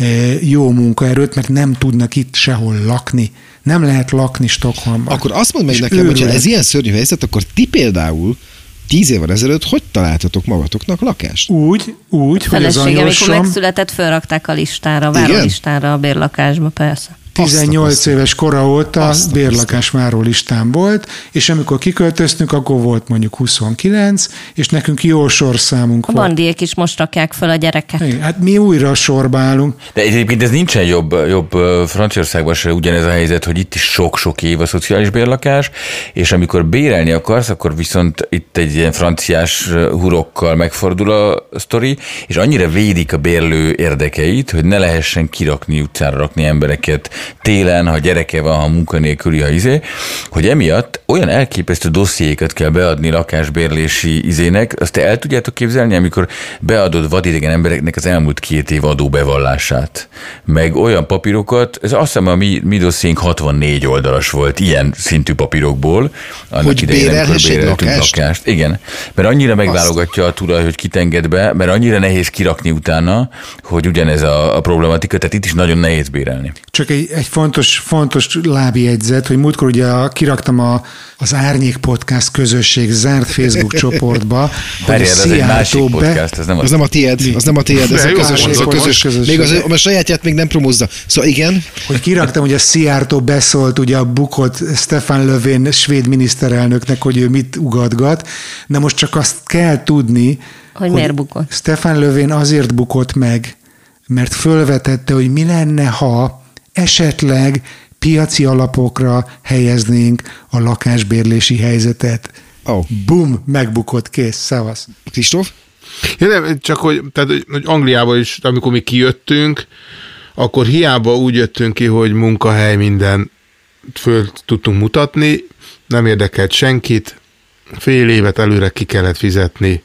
jó munkaerőt, mert nem tudnak itt sehol lakni. Nem lehet lakni Stockholmban. Akkor azt mondd meg nekem, hogyha ez ilyen szörnyű helyzet, akkor ti például 10 évvel ezelőtt hogy találtatok magatoknak lakást? Úgy, hogy az anyósom... amikor megszületett, fölrakták a listára, a várólistára, a bérlakásba, persze. 18 éves kora óta bérlakás várólistán volt, és amikor kiköltöztünk, akkor volt mondjuk 29, és nekünk jó sorszámunk volt. A bandiék is most rakják föl a gyereket. Igen, hát mi újra sorba állunk. De egyébként ez nincsen jobb Franciaországban se ugyanez a helyzet, hogy itt is sok-sok év a szociális bérlakás, és amikor bérelni akarsz, akkor viszont itt egy ilyen franciás hurokkal megfordul a sztori, és annyira védik a bérlő érdekeit, hogy ne lehessen kirakni, utcára rakni embereket télen, ha gyereke van, ha munkanélküli, hogy emiatt olyan elképesztő dossziékat kell beadni lakásbérlési izének, azt te el tudjátok képzelni, amikor beadod vadidegen embereknek az elmúlt 2 év adóbevallását, meg olyan papírokat, ez azt hiszem a mi dossziénk 64 oldalas volt, ilyen szintű papírokból, annak hogy idején, amikor béreltünk lakást. Igen, mert annyira megválogatja a tulaj, hogy kit enged be, mert annyira nehéz kirakni utána, hogy ugyanez a problematika, tehát itt is nagyon nehéz bérelni. Csak egy fontos lábjegyzet, hogy múltkor ugye kiraktam az Árnyék Podcast közösség zárt Facebook csoportba. Várjál, ez egy másik podcast, ez nem a tiéd, ez a közösség. Még a sajátját még nem promózza. Szóval igen. Hogy kiraktam, hogy a Szijjártó beszólt ugye a bukott Stefan Löfven svéd miniszterelnöknek, hogy ő mit ugatgat. Na most csak azt kell tudni, hogy miért bukott. Stefan Löfven azért bukott meg, mert fölvetette, hogy mi lenne, ha esetleg piaci alapokra helyeznénk a lakásbérlési helyzetet. Bum, megbukott, kész, szevasz. Kristóf? Ja, nem, csak hogy Angliában is, amikor mi kijöttünk, akkor hiába úgy jöttünk ki, hogy munkahely minden föl tudtunk mutatni, nem érdekelt senkit, fél évet előre ki kellett fizetni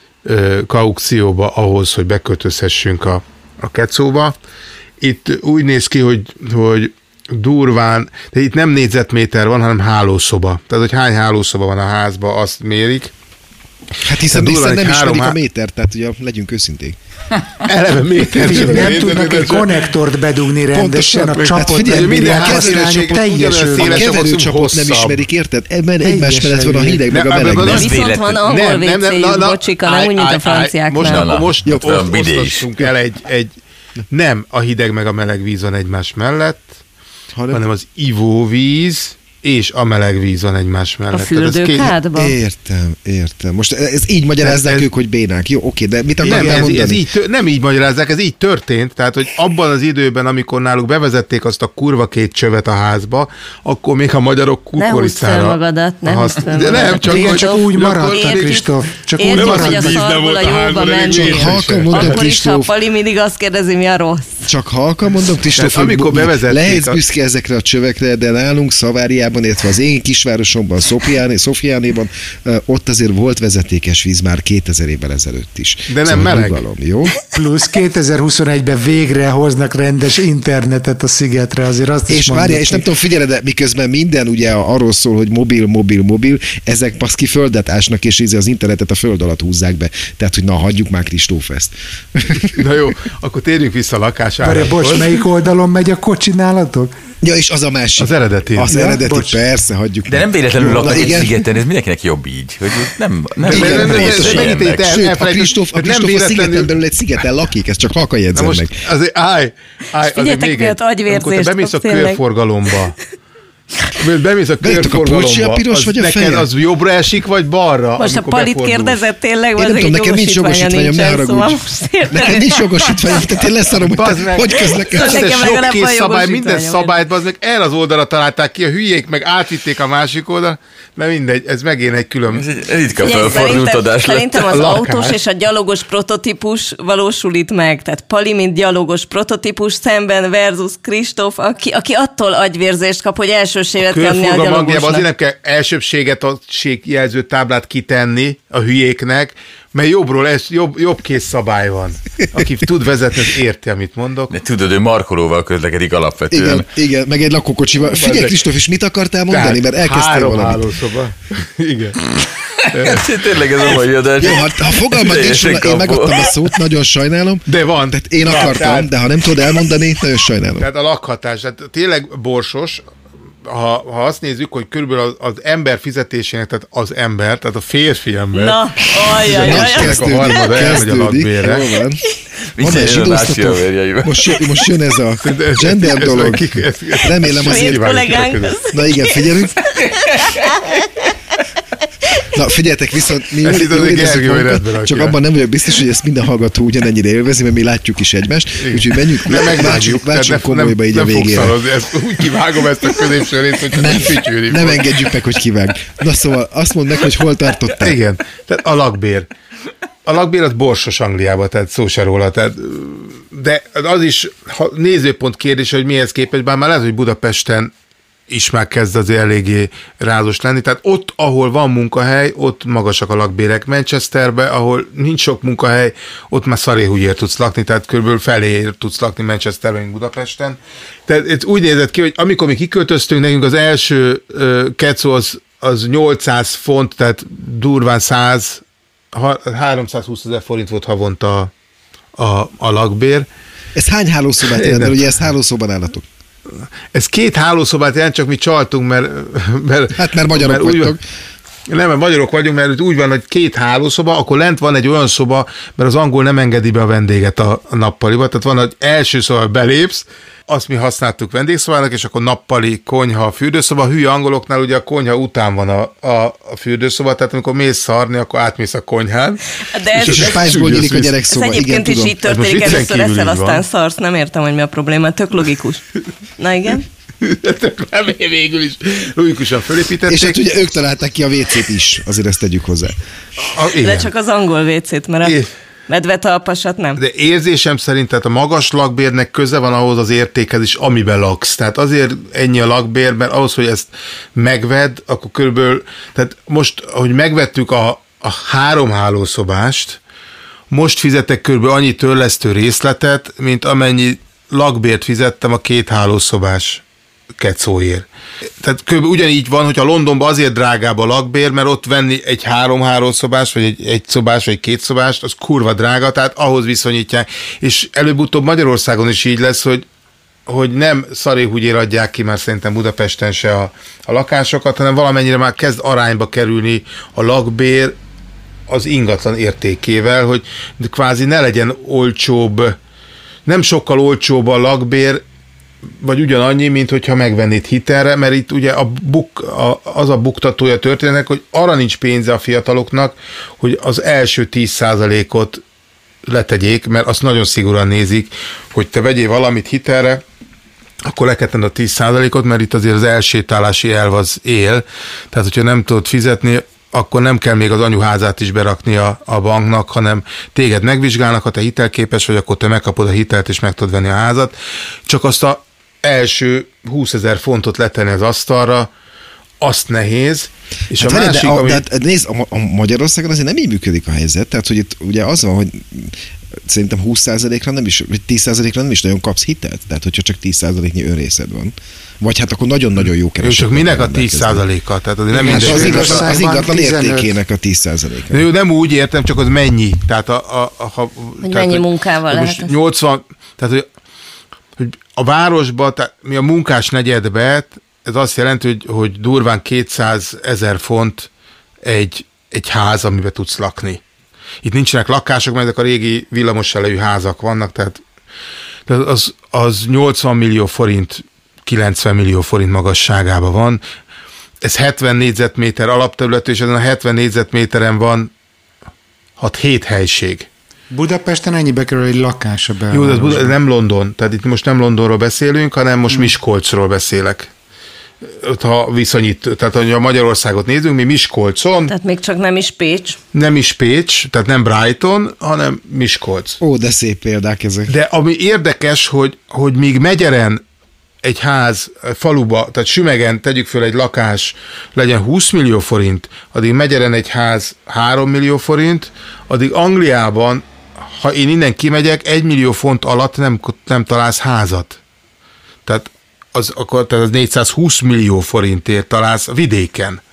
kaukcióba ahhoz, hogy beköltözhessünk a Kecóba. Itt úgy néz ki, hogy durván, de itt nem négyzetméter van, hanem hálószoba. Tehát, hogy hány hálószoba van a házba, azt mérik. Hát hiszen nem ismerik a méter, tehát ugye legyünk őszinték. Eleve méter. Nem tudnak egy konnektort bedugni rendesen, a csapot nem bírják használni, teljes a keverőcsapot nem ismerik, érted? Ebben egymás mellett van a hideg, meg a meleg. Viszont van angol WC-jük, bocsika, nem úgy, mint a franciáknál. Most osztottunk el egy nem a hideg meg a meleg víz van egymás mellett, hanem az ivóvíz és a meleg víz van egymás mellett. A fürdőkádban? Értem. Most ez így magyarázzák ők, hogy bénák. Jó, oké, de mit akarják mondani? Nem így magyarázzák, ez így történt. Tehát, hogy abban az időben, amikor náluk bevezették azt a kurva 2 csövet a házba, akkor még a magyarok kukoricára... Ne húzd fel magadat, ne húzd fel magadat. Nem, csak úgy maradtak, Kristóf. Csak úgy maradtak. Értjük, hogy a szarból a jóba menni. Akkor is a Pali mindig azt kérdezi, mi a rossz. Csak halkan mondom, Kristóf, amikor bevezették lehetsz büszke ezekre a csövekre, de nálunk Szaváriában, illetve az én kisvárosomban, Szofiánéban, ott azért volt vezetékes víz már 2000 évvel ezelőtt is. De nem meleg. Nyugalom, jó? Plusz 2021-ben végre hoznak rendes internetet a szigetre, azért azt is És várjál, és nem tudom, figyelj, de miközben minden ugye arról szól, hogy mobil, ezek paszki földet ásnak, és az internetet a föld alatt húzzák be. Tehát, hogy na, hagyjuk már Kristóf ezt. Na jó, akkor térjünk vissza a lakására. Bocs, melyik oldalon megy a kocsi nálatok? Ja, és az a másik. Az eredeti. Az eredeti, persze, hagyjuk. De nem véletlenül laknak egy szigeten, ez mindenkinek jobb így. Hogy nem Sőt, a Kristóf a szigeten belül egy szigeten lakik, ez csak halkan jegyzem meg. Azért figyeljetek, mi ott agyvérzést. Amikor te bemész a körforgalomba, bemész a körforgalomba, piros vagy a neked az jobbra esik, vagy balra? Most a Palit kérdezett tényleg, vagy egy nekem nincs jogosítványom, ne haragudj. Nekem nincs jogosítványom, tehát én leszarom, hogy közlekedsz. Sok kész szabály, minden szabályt, az meg erre az oldalra találták ki, a hülyék meg átvitték a másik oldal, de mindegy, ez megint egy külön. Ez egy ritka felfordult adás. Szerintem az autós és a gyalogos prototípus valósul itt meg. Tehát Pali, mint gyalogos prototípus szemben versus Kristóf, aki attól agyvérzést kap, hogy elsőséget venni a gyalogosnak. Azért nem kell elsőbséget táblát kitenni a hülyéknek, mert jobbról jobb kész szabály van. Aki tud vezetni, az érti, amit mondok. De tudod, ő markolóval közlekedik alapvetően. Igen, meg egy lakókocsival. Figyelj, Kristóf, és mit akartál mondani? Mert elkezdtél valamit. 3 hálószoba. Igen. Tényleg ez a mai adás. Jó, ha fogalmad nincs, én megadtam a szót, nagyon sajnálom. De van. Tehát én akartam, de ha nem tudod elmondani, nagyon sajnálom. Tehát a lakhatás, tehát tényleg borsos, ha azt nézzük, hogy körülbelül az ember fizetésének, tehát az ember, tehát a férfi ember. Na, ajjaj. A harmada elmegy a lakbérre. Van egy zsidóztató. Most jön ez a gender dolog. Remélem azért. Na igen, figyelünk. Na, figyeljetek, viszont mi csak abban nem vagyok biztos, hogy ezt minden hallgató ugyanennyire élvezi, mert mi látjuk is egymást, úgyhogy menjünk komolyba így a végére. Úgy kivágom ezt a középső részt, hogy nem fütyülni. Nem engedjük meg, hogy kivág. Na szóval azt mondd meg, hogy hol tartottál. Igen, tehát a lakbér. A lakbér az borsos Angliában, tehát szó se róla. Tehát, de az is nézőpont kérdése, hogy mihez képest, bár már lehet, hogy Budapesten is már kezd azért eléggé rázos lenni. Tehát ott, ahol van munkahely, ott magasak a lakbérek. Manchesterbe, ahol nincs sok munkahely, ott már szaréhúgyért tudsz lakni, tehát körülbelül feléért tudsz lakni Manchesterben, mint Budapesten. Tehát ez úgy nézett ki, hogy amikor mi kiköltöztünk, nekünk az első kecó az 800 font, tehát durván 320 000 forint volt havonta a lakbér. Ez hány hálószobát jelent, mert ugye ezt hálószóban állatok? Ez 2 hálószobát jelent, csak mi csaltunk, mert magyarok vagytok. Nem, mert magyarok vagyunk, mert úgy van, hogy 2 hálószoba, akkor lent van egy olyan szoba, mert az angol nem engedi be a vendéget a nappaliba, tehát van, hogy első szoba belépsz, azt mi használtuk vendégszobának, és akkor nappali, konyha, fürdőszoba. Hülye angoloknál ugye a konyha után van a fürdőszoba, tehát amikor mész szarni, akkor átmész a konyhán. De és a spájzból nyílik a gyerekszoba. Ez egyébként is így történik, először eszel, aztán szarsz, nem értem, hogy mi a probléma, tök logikus. Na igen? Nem, végül is logikusan fölépítették. És hát ugye ők találták ki a WC-t is, azért ezt tegyük hozzá. De csak az angol WC-t, mert a medvetalpasat nem. De érzésem szerint, tehát a magas lakbérnek köze van ahhoz az értékhez is, amiben laksz. Tehát azért ennyi a lakbér, mert ahhoz, hogy ezt megvedd, akkor körülbelül, tehát most, ahogy megvettük a 3 hálószobást, most fizetek körülbelül annyi törlesztő részletet, mint amennyi lakbért fizettem a 2 hálószobás kecóért. Tehát kb. Ugyanígy van, hogyha Londonban azért drágább a lakbér, mert ott venni egy 3 hálószobás, vagy egy szobás, vagy 2 szobást, az kurva drága, tehát ahhoz viszonyítják. És előbb-utóbb Magyarországon is így lesz, hogy nem szaréhúgyért adják ki már szerintem Budapesten se a lakásokat, hanem valamennyire már kezd arányba kerülni a lakbér az ingatlan értékével, hogy kvázi ne legyen olcsóbb, nem sokkal olcsóbb a lakbér, vagy ugyanannyi, mint hogyha megvennéd hitelre, mert itt ugye az a buktatója történnek, hogy arra nincs pénze a fiataloknak, hogy az első 10%-ot letegyék, mert azt nagyon szigorúan nézik, hogy te vegyél valamit hitelre, akkor le kell tenni a 10%-ot, mert itt azért az elsétálási elv az él, tehát hogyha nem tudod fizetni, akkor nem kell még az anyuházát is berakni a banknak, hanem téged megvizsgálnak, ha te hitelképes vagy, akkor te megkapod a hitelt és meg tudod venni a házat. Csak azt az első 20 000 fontot letenni az asztalra, azt nehéz. És hát a másik, de nézd, a Magyarországon azért nem így működik a helyzet, tehát hogy itt ugye az van, hogy szerintem 20%-ra nem is, vagy 10%-ra nem is nagyon kapsz hitelt, tehát hogyha csak 10%-nyi önrészed van. Vagy hát akkor nagyon-nagyon jó kereső. Csak minek a 10%-a? Tehát azért nem hát az ingatlan értékének a 10%-a. Jó, nem úgy értem, csak az mennyi. Tehát hogy mennyi munkával lehet. 80, tehát hogy a városban, tehát mi a munkás negyedbe, ez azt jelenti, hogy durván 200 000 font egy ház, amiben tudsz lakni. Itt nincsenek lakások, mert ezek a régi villamoselejű házak vannak, tehát az 80 millió forint, 90 millió forint magasságában van. Ez 70 négyzetméter alapterület, és ezen a 70 négyzetméteren van 6-7 helység. Budapesten ennyibe kerül egy lakás a belvárosban. Jó, de ez nem London. Tehát itt most nem Londonról beszélünk, hanem most Miskolcról beszélek. Ha viszonyít, tehát ha Magyarországot nézünk, mi Miskolcon. Tehát még csak nem is Pécs. Nem is Pécs, tehát nem Brighton, hanem Miskolc. Ó, de szép példák ezek. De ami érdekes, hogy míg Megyeren egy ház faluba, tehát Sümegen tegyük föl egy lakás, legyen 20 millió forint, addig Megyeren egy ház 3 millió forint, addig Angliában, ha én innen kimegyek, 1 millió font alatt nem találsz házat. Tehát az 420 millió forintért találsz a vidéken.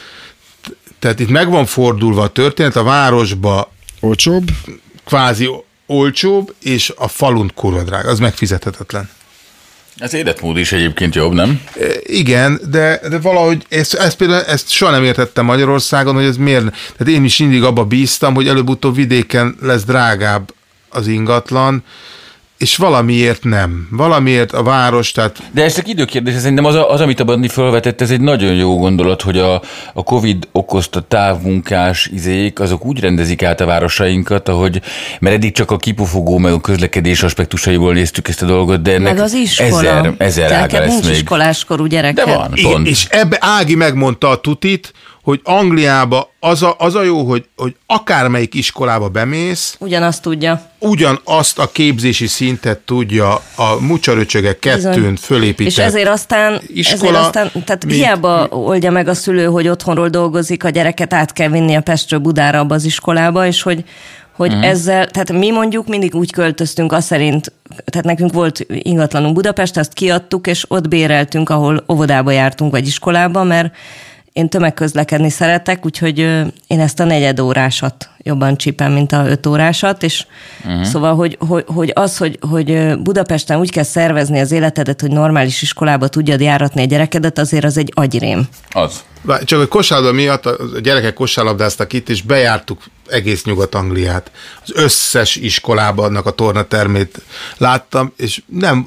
Tehát itt meg van fordulva a történet, a városba olcsóbb, kvázi olcsóbb, és a falun kurva drága. Az megfizethetetlen. Ez életmód is egyébként jobb, nem? Igen, de valahogy ezt soha nem értettem Magyarországon, hogy ez miért. Tehát én is mindig abba bíztam, hogy előbb-utóbb vidéken lesz drágább az ingatlan, és valamiért nem. Valamiért a város, tehát... De ez csak időkérdés, szerintem az, amit a Bandi felvetett, ez egy nagyon jó gondolat, hogy a Covid okozta távmunkás izék, azok úgy rendezik át a városainkat, ahogy, mert eddig csak a kipufogó, meg a közlekedés aspektusaiból néztük ezt a dolgot, de ennek meg az iskola. ezer ága lesz nincs még. iskoláskorú gyereket. De van, pont. És ebbe Ági megmondta a tutit, hogy Angliába az a jó, hogy akármelyik iskolába bemész, ugyanazt a képzési szintet tudja a mucsaröcsögek kettőn fölépített és ezért aztán tehát hiába oldja meg a szülő, hogy otthonról dolgozik, a gyereket át kell vinni a Pestről Budára abba az iskolába, és hogy ezzel, tehát mi mondjuk mindig úgy költöztünk, azt szerint, tehát nekünk volt ingatlanunk Budapest, azt kiadtuk, és ott béreltünk, ahol óvodába jártunk, vagy iskolába, mert én tömegközlekedni szeretek, úgyhogy én ezt a 4 órásat jobban csípem, mint a 5 órásat, és szóval, hogy Budapesten úgy kell szervezni az életedet, hogy normális iskolába tudjad járatni a gyerekedet, azért az egy agyrém. Az. Csak a kosárlabda miatt a gyerekek kosárlabdáztak itt, és bejártuk egész Nyugat-Angliát. Az összes iskolában annak a tornatermét láttam, és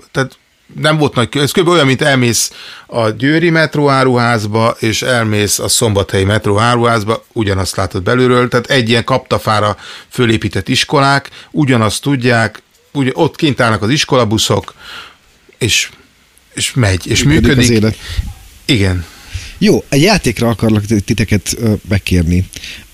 nem volt nagy, ez kb. Olyan, mint elmész a Győri metróáruházba, és elmész a Szombathelyi metróáruházba, ugyanazt látod belülről, tehát egy ilyen kaptafára fölépített iskolák, ugyanazt tudják, ott kint állnak az iskolabuszok, és megy, és működik. Igen. Jó, egy játékra akarlak titeket megkérni.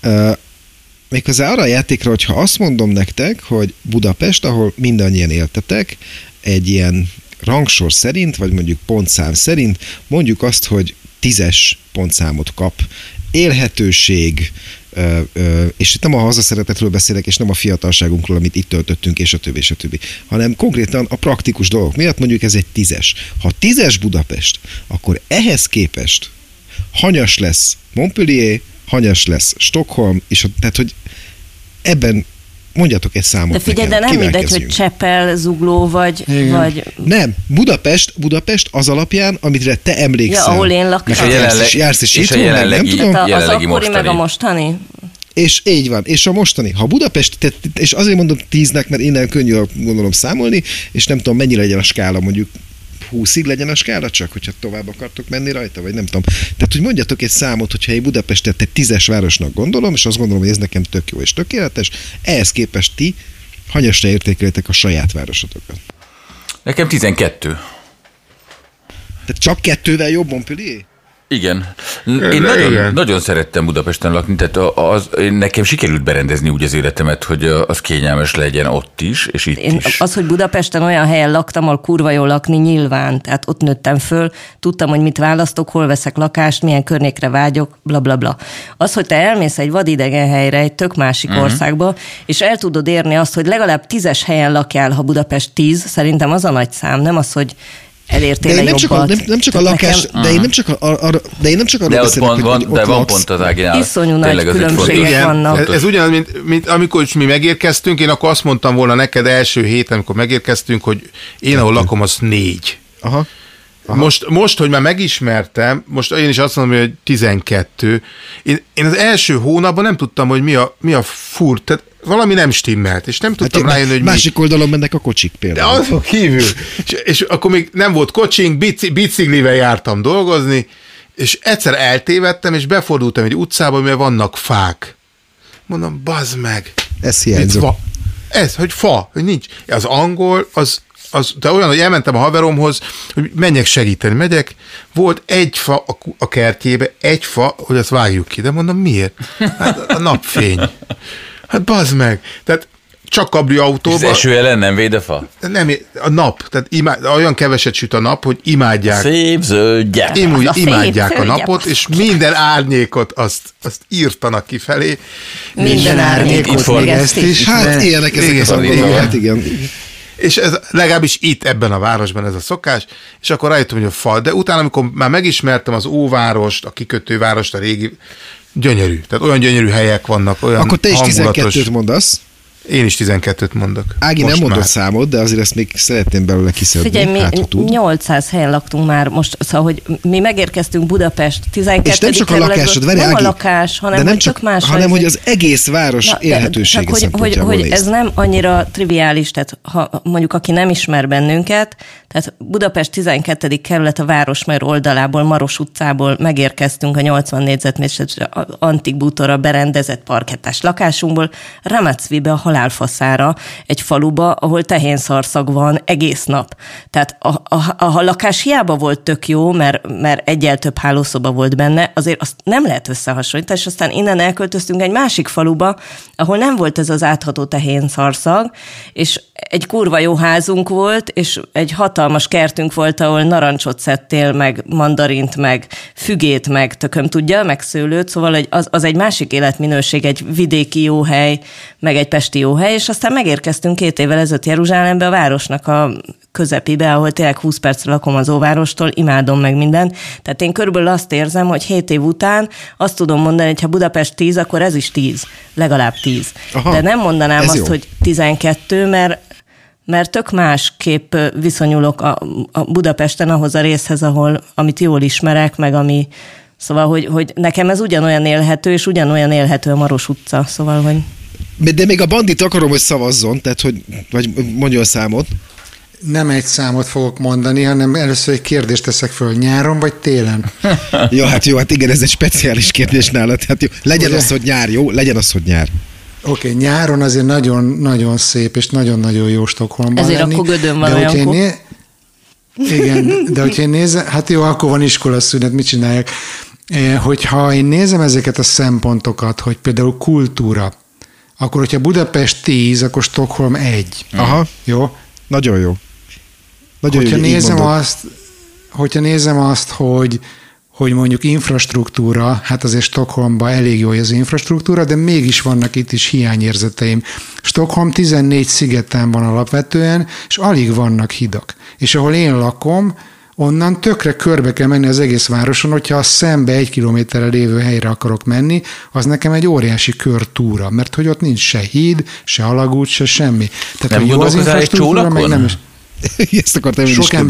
Méghozzá arra a játékra, hogyha azt mondom nektek, hogy Budapest, ahol mindannyian éltetek, egy ilyen rangsor szerint, vagy mondjuk pontszám szerint, mondjuk azt, hogy 10-es pontszámot kap. Élhetőség, és itt nem a hazaszeretetről beszélek, és nem a fiatalságunkról, amit itt töltöttünk, és a többi, hanem konkrétan a praktikus dolgok miatt mondjuk ez egy 10-es. Ha 10-es Budapest, akkor ehhez képest hanyas lesz Montpellier, hanyas lesz Stockholm, és tehát, hogy ebben mondjatok egy számot. De figyelj, nekem. de nem mindegy, hogy Csepel, Zugló, vagy... Nem, Budapest az alapján, amire te emlékszel. Ja, ahol én laktam. Jársz is itt, a jelenlegi, nem tudom. Az akkori meg a mostani. És így van, és a mostani. Ha Budapest, és azért mondom 10-nek, mert innen könnyű gondolom számolni, és nem tudom, mennyi legyen a skála, mondjuk 20-ig legyen a skála csak, hogyha tovább akartok menni rajta, vagy nem tudom. Tehát, hogy mondjatok egy számot, hogyha én Budapestet egy 10-es városnak gondolom, és azt gondolom, hogy ez nekem tök jó és tökéletes, ehhez képest ti hanyasra értékelitek a saját városotokat. Nekem 12. Tehát csak 2-vel jobb Montpellier? Igen. Én nagyon szerettem Budapesten lakni, tehát nekem sikerült berendezni úgy az életemet, hogy az kényelmes legyen ott is, és itt is. Az, hogy Budapesten olyan helyen laktam, ahol kurva jól lakni, nyilván, tehát ott nőttem föl, tudtam, hogy mit választok, hol veszek lakást, milyen környékre vágyok, blablabla. Bla, bla. Az, hogy te elmész egy vadidegen helyre, egy tök másik országba, és el tudod érni azt, hogy legalább 10-es helyen lakjál, ha Budapest 10, szerintem az a nagy szám, nem az, hogy elértél de nem csak a lakás, de én nem csak arra beszélek, hogy van pont az Áginál. Iszonyú nagy különbségek vannak. Ez ugyanaz, mint amikor mi megérkeztünk, én akkor azt mondtam volna neked első héten, amikor megérkeztünk, hogy én ahol lakom, az 4. Aha. Most, hogy már megismertem, most én is azt mondom, hogy 12. Én az első hónapban nem tudtam, hogy mi a furt, tehát valami nem stimmelt, és nem tudtam rájönni, hogy másik oldalon mennek a kocsik például. De azon kívül. És akkor még nem volt kocsink, biciklivel jártam dolgozni, és egyszer eltévedtem, és befordultam egy utcába, mert vannak fák. Mondom, bazd meg. Ez hiányzó. Ez, hogy fa, hogy nincs. Az angol, de olyan, hogy elmentem a haveromhoz, hogy menjek segíteni. Megyek, volt egy fa a kertjébe, egy fa, hogy azt vágjuk ki. De mondom, miért? Hát a napfény. Hát bazd meg. Tehát csak kabriautóban. És az eső ellen nem véd a fa? Nem, a nap. Tehát olyan keveset süt a nap, hogy imádják. Szép zöldje. Imádják a napot, és minden árnyékot azt írtanak kifelé. Minden árnyékot még ezt is. Hát ilyenek ezek az angolok, hát igen. És ez legalábbis itt ebben a városban ez a szokás, és akkor rájöttem, hogy a fal. De utána, amikor már megismertem az óvárost, a kikötővárost, a régi, gyönyörű. Tehát olyan gyönyörű helyek vannak, olyan akkor te is hangulatos. 12-t mondasz. Én is 12-t mondok. Ági nem mondott számot, de azért ezt még szeretném belőle kiszedni. Figyelj, mi 800 helyen laktunk már most, szóval, hogy mi megérkeztünk Budapest 12. És nem csak a lakásod, nem Ági, a lakás, hanem nem hogy csak más. hanem hogy az egész város élhetősége szempontjából hogy ez nem annyira triviális, tehát ha mondjuk aki nem ismer bennünket, tehát Budapest 12. kerület a Városmajor oldalából, Maros utcából megérkeztünk a 80 négyzetméteres antik bútorra berendezett parkettás lakásunkból, Ramacvibe a halálfaszára, egy faluba, ahol tehénszarszag van egész nap. Tehát a lakás hiába volt tök jó, mert egyel több hálószoba volt benne, azért azt nem lehet összehasonlítani, és aztán innen elköltöztünk egy másik faluba, ahol nem volt ez az átható tehénszarszag, és egy kurva jó házunk volt, és egy hatalmas kertünk volt, ahol narancsot szedtél, meg mandarint, meg fügét, meg tököm tudja, meg szőlőt, szóval az egy másik életminőség, egy vidéki jó hely, meg egy pesti jó hely, és aztán megérkeztünk 2 évvel ezelőtt Jeruzsálembe, a városnak a közepébe, ahol tényleg 20 percre lakom az óvárostól, imádom meg mindent. Tehát én körülbelül azt érzem, hogy 7 év után azt tudom mondani, hogy ha Budapest 10, akkor ez is 10, legalább 10. Aha, de nem mondanám azt, jó, hogy 12, mert tök másképp viszonyulok a Budapesten ahhoz a részhez, amit jól ismerek, meg ami... Szóval, hogy nekem ez ugyanolyan élhető, és ugyanolyan élhető a Maros utca, szóval, hogy... De még a bandit akarom, hogy szavazzon, tehát, hogy vagy mondjon számot. Nem egy számot fogok mondani, hanem először egy kérdést teszek föl, nyáron vagy télen? Ja, hát igen, ez egy speciális kérdés nála, tehát jó, legyen az, hogy nyár, jó? Legyen az, hogy nyár. Oké, nyáron azért nagyon-nagyon szép, és nagyon-nagyon jó Stockholmban ezért lenni. Ezért akkor Gödön van olyankor. Igen, de hogyha én nézem, hát jó, akkor van iskolaszünet, mit csinálják? Hogyha én nézem ezeket a szempontokat, hogy például kultúra, akkor hogyha Budapest 10, akkor Stockholm 1. Aha. Jó? Nagyon jó. Nagyon hogyha nézem azt, hogy mondjuk infrastruktúra, hát azért Stockholmban elég jó az infrastruktúra, de mégis vannak itt is hiányérzeteim. Stockholm 14 szigeten van alapvetően, és alig vannak hidak. És ahol én lakom, onnan tökre körbe kell menni az egész városon, hogyha a szembe 1 kilométerre lévő helyre akarok menni, az nekem egy óriási körtúra, mert hogy ott nincs se híd, se alagút, se semmi. Tehát, nem jó az infrastruktúra, meg nem is. Ezt akartam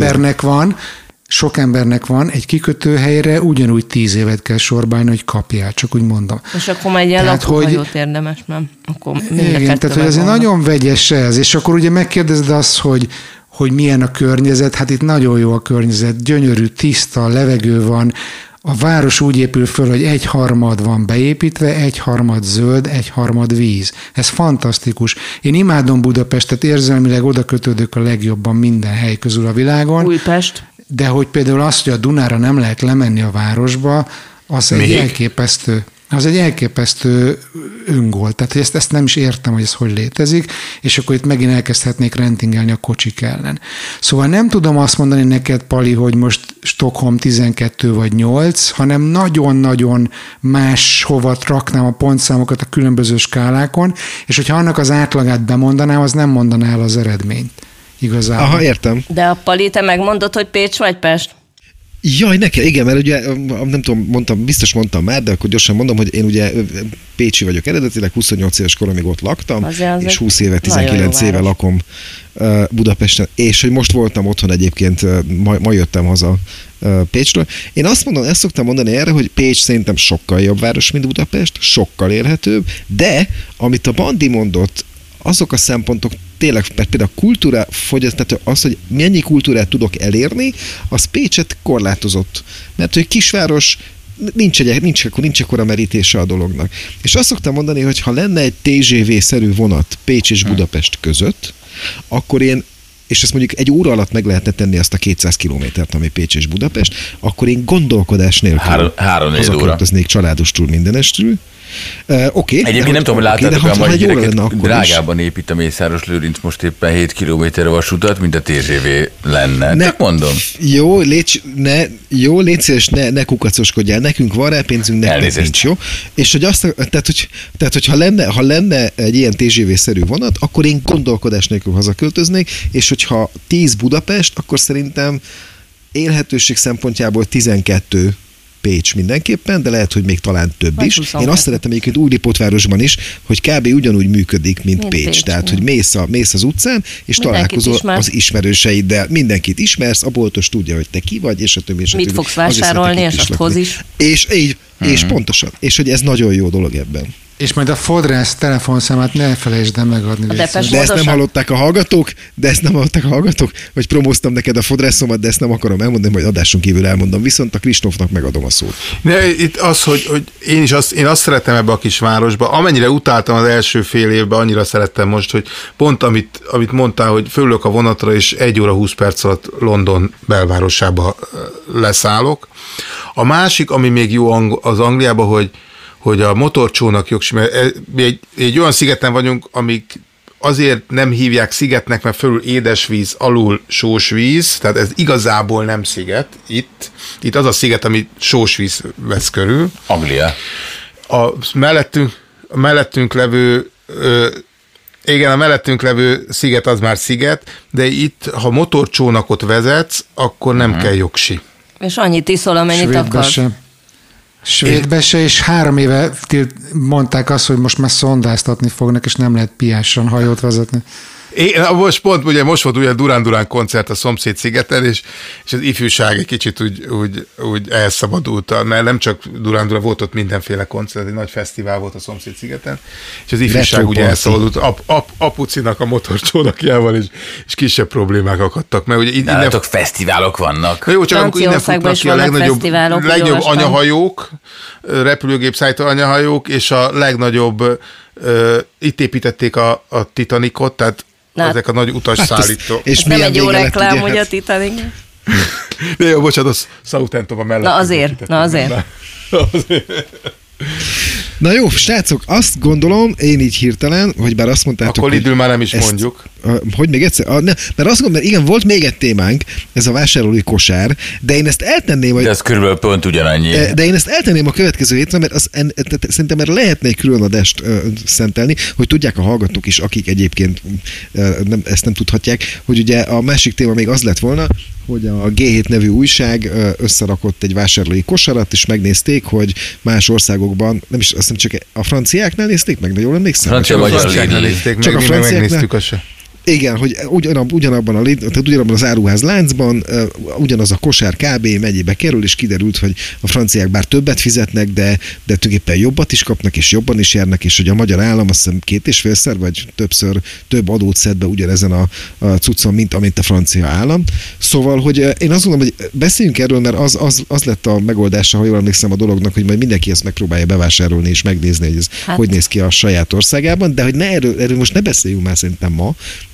Sok embernek van, egy kikötőhelyre ugyanúgy 10 évet kell sorbálni, hogy kapjál, csak úgy mondom. És akkor majd ilyen lakóhajót érdemes, nem? Akkor igen, tehát hogy azért nagyon vegyes ez, és akkor ugye megkérdezed azt, hogy milyen a környezet, hát itt nagyon jó a környezet, gyönyörű, tiszta, levegő van, a város úgy épül föl, hogy 1/3 van beépítve, 1/3 zöld, 1/3 víz. Ez fantasztikus. Én imádom Budapestet, érzelmileg oda kötődök a legjobban minden hely közül a világon. Újpest. de hogy például az, hogy a Dunára nem lehet lemenni a városba, az egy elképesztő öngól. Tehát hogy ezt nem is értem, hogy ez hogy létezik, és akkor itt megint elkezdhetnék rentingelni a kocsik ellen. Szóval nem tudom azt mondani neked, Pali, hogy most Stockholm 12 vagy 8, hanem nagyon-nagyon máshova raknám a pontszámokat a különböző skálákon, és hogyha annak az átlagát bemondanám, az nem mondaná el az eredményt. Igazából. Aha, értem. De a Pali, te megmondod, hogy Pécs vagy Pest? Jaj, nekem, igen, mert ugye, nem tudom, biztos mondtam már, de akkor gyorsan mondom, hogy én ugye pécsi vagyok eredetileg, 28 éves koromig ott laktam, és 20 éve, 19 éve lakom Budapesten, és hogy most voltam otthon egyébként, ma jöttem haza Pécsről. Én ezt szoktam mondani erre, hogy Pécs szerintem sokkal jobb város, mint Budapest, sokkal érhetőbb, de amit a Bandi mondott, azok a szempontok tényleg, például a kultúra fogyasztás, az, hogy mennyi kultúrát tudok elérni, az Pécset korlátozott. Mert hogy kisváros, nincs akkora merítése a dolognak. És azt szoktam mondani, hogy ha lenne egy TGV-szerű vonat Pécs és Budapest között, akkor és ezt mondjuk egy óra alatt meg lehetne tenni azt a 200 kilométert, ami Pécs és Budapest, akkor én gondolkodás nélkül hazaköltöznék családostól mindenestül. Okay, egyébként nem tudom, hogy láttátok, hogy a mai gyereket drágában épít a Mészáros Lőrinc most éppen 7 kilométer vasutat, mint a TGV lenne. Csak mondom. Jó, légy szíves, ne kukacoskodjál, nekünk van rá pénzünk, nekünk nincs, jó? És hogy tehát, ha lenne egy ilyen TGV-szerű vonat, akkor én gondolkodás nélkül hazaköltöznék, és hogyha 10 Budapest, akkor szerintem élhetőség szempontjából 12 Pécs mindenképpen, de lehet, hogy még talán több is. Én azt szeretem egyébként Újlipótvárosban is, hogy kb. Ugyanúgy működik, mint Pécs. Tehát, hogy mész az utcán, és találkozol az ismerőseiddel. Mindenkit ismersz, a boltos tudja, hogy te ki vagy, és a többi. Mit fogsz vásárolni, és azt hoz is. És pontosan. És hogy ez nagyon jó dolog ebben. És majd a fodrász telefonszámát ne felejtsd el megadni. De ezt nem hallották a hallgatók, hogy promóztam neked a fodrászomat, de ezt nem akarom elmondani, majd adáson kívül elmondom. Viszont a Kristófnak megadom a szót. Itt az, hogy én azt szeretem ebbe a kis városba. Amennyire utáltam az első fél évben, annyira szerettem most, hogy pont amit mondtál, hogy fölülök a vonatra, és 1 óra 20 perc alatt London belvárosába leszállok. A másik, ami még jó az Angliában, hogy a motorcsónak jogsi, mert egy olyan szigeten vagyunk, amik azért nem hívják szigetnek, mert fölül édesvíz, alul sós víz, tehát ez igazából nem sziget. Itt az a sziget, ami sós víz vesz körül. Anglia. A mellettünk levő igen, a mellettünk levő sziget az már sziget, de itt, ha motorcsónakot vezetsz, akkor nem kell jogsi. És annyit iszol, amennyit akarsz. Svédbe se, és 3 éve mondták azt, hogy most már szondáztatni fognak, és nem lehet piásan hajót vezetni. Most volt ugye Durán koncert a szomszéd szigeten, és az ifjúság egy kicsit úgy elszabadult, mert nem csak Durán volt ott mindenféle koncert, egy nagy fesztivál volt a szomszéd szigeten, és az ifjúság ugye elszabadult apucinak a motorcsónakjával, és kisebb problémák akadtak. Mert ugye nálatok fesztiválok vannak. Na jó, csak amikor innen futnak ki a legnagyobb anyahajók, repülőgép szállító anyahajók, és a legnagyobb itt építették a Titanicot, tehát ezek a nagy utasszállítók. És nem egy jó reklám, hogy a Titanic. De jó, bocsánat, a Southampton mellett. Na azért. Na jó, srácok, azt gondolom, én így hirtelen, hogy bár azt mondtátok, akkor Lidl már nem is mondjuk. Hogy még egyszer? Mert azt gondolom, mert igen, volt még egy témánk, ez a vásárolói kosár, de én ezt eltenném, de ez körülbelül pont ugyanannyi. De én ezt eltenném a következő hétre, mert szerintem erre lehetne egy külön adást szentelni, hogy tudják a hallgatók is, akik egyébként ezt nem tudhatják, hogy ugye a másik téma még az lett volna, hogy a G7 nevű újság összerakott egy vásárlói kosarat, és megnézték, hogy más országokban, nem is, azt hiszem csak a franciáknál nézték meg, de jól emlékszem? Franciáknál nézték meg, mi megnéztük azt se. Igen, hogy ugyanabban az áruház láncban ugyanaz a kosár kb. Mennyibe kerül, és kiderült, hogy a franciák bár többet fizetnek, de tulajdonképpen jobbat is kapnak, és jobban is járnak, és hogy a magyar állam azt hiszem 2,5-szer, vagy több adót szed be ugyanezen a cuccon, mint amint a francia állam. Szóval, hogy én azt gondolom, hogy beszéljünk erről, mert az lett a megoldása, ha jól emlékszem a dolognak, hogy majd mindenki ezt megpróbálja bevásárolni és megnézni, hogy ez hogy néz ki a saját országában, de hogy erről most ne beszéljünk már szerintem ma,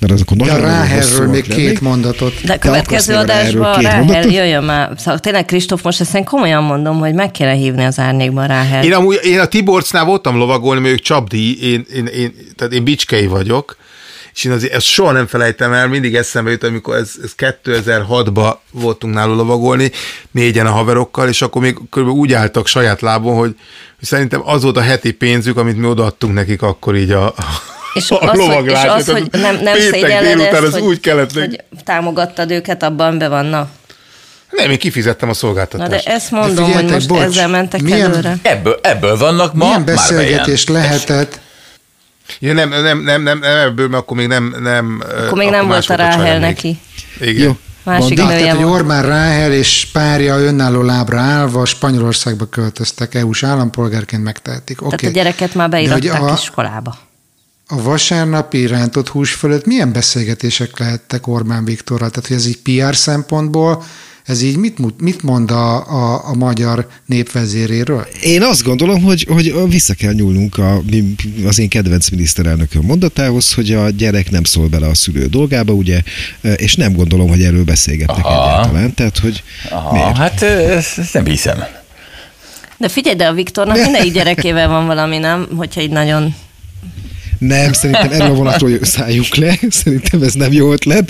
mert az akkor nagyon Ráhelről még két mondatot. De a következő adásban Ráhel jöjjön már. Szóval tényleg, Kristóf, most ezt én komolyan mondom, hogy meg kéne hívni az Árnyékban Ráhel. Én a Tiborcnál voltam lovagolni, mert ők csapdíj, tehát én bicskei vagyok, és én azért ezt soha nem felejtem el, mindig eszembe jut, amikor ez 2006-ban voltunk náluk lovagolni, 4-en a haverokkal, és akkor még körülbelül úgy álltak saját lábon, hogy szerintem az volt a heti pénzük, amit mi odaadtunk nekik akkor így a lovaglás. És az, hogy nem szégyelled ezt, úgy kellett, hogy támogattad őket abban, be vannak. Nem, én kifizettem a szolgáltatást. Na de ezt mondom, hogy most ezzel mentek előre. Ebből vannak ma milyen beszélgetés lehetett? Ja, nem ebből, mert akkor még nem... Akkor még nem volt a Ráhel neki. Igen. Jó. Másik tehát, nője hogy volt. Orbán Ráhel és párja önálló lábra állva Spanyolországba költöztek, EU-s állampolgárként megtehetik. Tehát a gyereket már beiratták iskolába. A vasárnapi rántott hús fölött milyen beszélgetések lehettek Orbán Viktorral? Tehát, hogy ez így PR szempontból, ez így mit mond a magyar népvezéréről? Én azt gondolom, hogy vissza kell nyúlnunk az én kedvenc miniszterelnökön mondatához, hogy a gyerek nem szól bele a szülő dolgába, ugye, és nem gondolom, hogy erről beszélgetnek egyáltalán. Tehát, hogy miért? Hát ezt nem hiszem. De figyelj, de a Viktornak mindegyik gyerekével van valami, nem? Hogyha így nagyon... Nem, szerintem erről a vonatról szálljunk le, szerintem ez nem jó ötlet,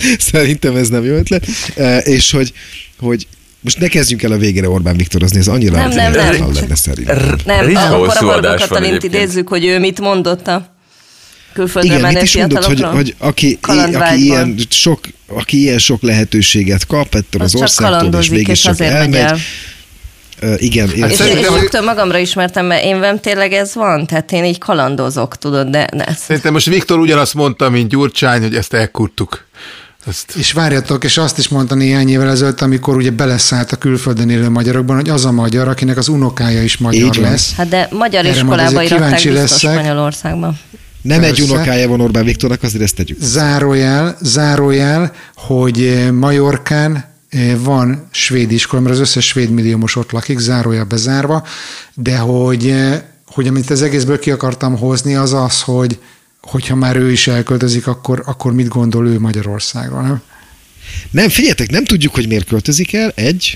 és hogy most ne kezdjünk el a végére Orbán Viktorozni, ez annyira nem lenne szerintem. Nem, akkor a Varga Katalint idézzük, hogy ő mit mondott a külföldre menő fiatalokról. Hogy aki ilyen sok lehetőséget kap ettől az országtól, és mégis csak elmegy. Igen. És rögtön magamra ismertem, mert én velem tényleg ez van, tehát én így kalandozok, tudod, de... Szerintem most Viktor ugyanazt mondta, mint Gyurcsány, hogy ezt elkurtuk. És várjatok, és azt is mondta néhány évvel ezelőtt, amikor ugye beleszállt a külföldön élő magyarokban, hogy az a magyar, akinek az unokája is magyar lesz. Hát de magyar iskolába iratták biztos Spanyolországban. Nem egy unokája van Orbán Viktornak, azért ezt tegyük. Zárójel, hogy Majorkán van svéd iskola, mert az összes svéd milliómos ott lakik, zárójel bezárva, de hogy amit az egészből ki akartam hozni, az az, hogyha már ő is elköltözik, akkor mit gondol ő Magyarországról, nem? Nem, figyeljetek, nem tudjuk, hogy miért költözik el,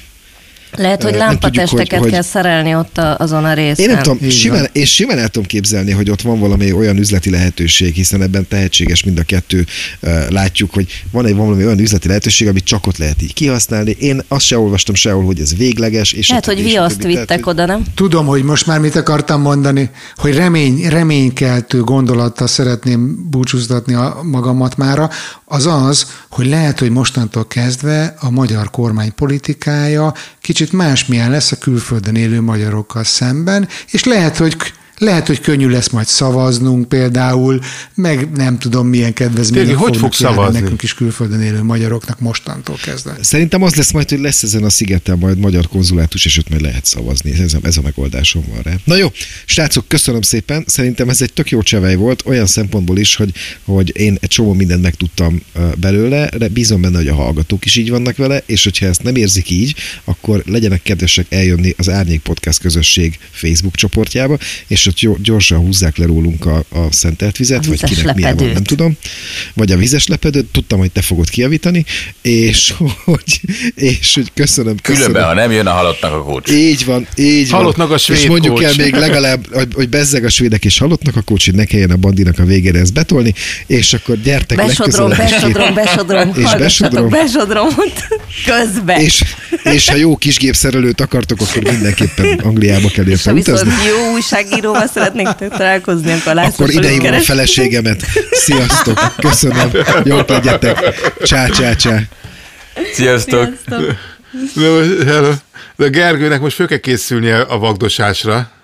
Lehet, hogy lámpatesteket kell szerelni ott azon a részen. Én nem tudom, simán el tudom képzelni, hogy ott van valami olyan üzleti lehetőség, hiszen ebben tehetséges mind a kettő. Látjuk, hogy van valami olyan üzleti lehetőség, amit csak ott lehet így kihasználni. Én azt se olvastam sehol, hogy ez végleges. És lehet, hogy viaszt vittek oda, nem? Tudom, hogy most már mit akartam mondani, hogy reménykeltő gondolattal szeretném búcsúztatni magamat mára, az, hogy lehet, hogy mostantól kezdve a magyar kormány politikája kicsit másmilyen lesz a külföldön élő magyarokkal szemben, és lehet, hogy könnyű lesz majd szavaznunk például, meg nem tudom, milyen kedvezmények fognak járni nekünk is külföldön élő magyaroknak mostantól kezdve. Szerintem az lesz majd, hogy lesz ezen a szigeten majd magyar konzulátus, és ott majd lehet szavazni. Ez a megoldásom van rá. Na jó, srácok, köszönöm szépen. Szerintem ez egy tök jó csevej volt, olyan szempontból is, hogy én egy csomó mindent megtudtam belőle, de bízom benne, hogy a hallgatók is így vannak vele, és hogyha ezt nem érzik így, akkor legyenek kedvesek eljönni az Árnyék Podcast közösség Facebook csoportjába, és ott gyorsan húzzák le rólunk a szentelt vizet, vagy kinek milyen van, nem tudom. Vagy a vizes lepedőt, tudtam, hogy te fogod kijavítani, és hogy köszönöm. Különben, ha nem jön a halottnak a kócs. Így van. Halottnak a svéd és mondjuk el még legalább, hogy bezzeg a svédek és halottnak a kócs, hogy ne kelljen a bandinak a végére ezt betolni, és akkor gyertek besodrom közben. És ha jó kisgépszerelőt akartok, akkor mindenképpen Angliába kell érte utazni. Jó újságíróval szeretnék találkozni, akkor idehívom a feleségemet. Sziasztok, köszönöm, jók legyetek. Csá. Sziasztok. De Gergőnek most föl kell készülnie a vagdosásra.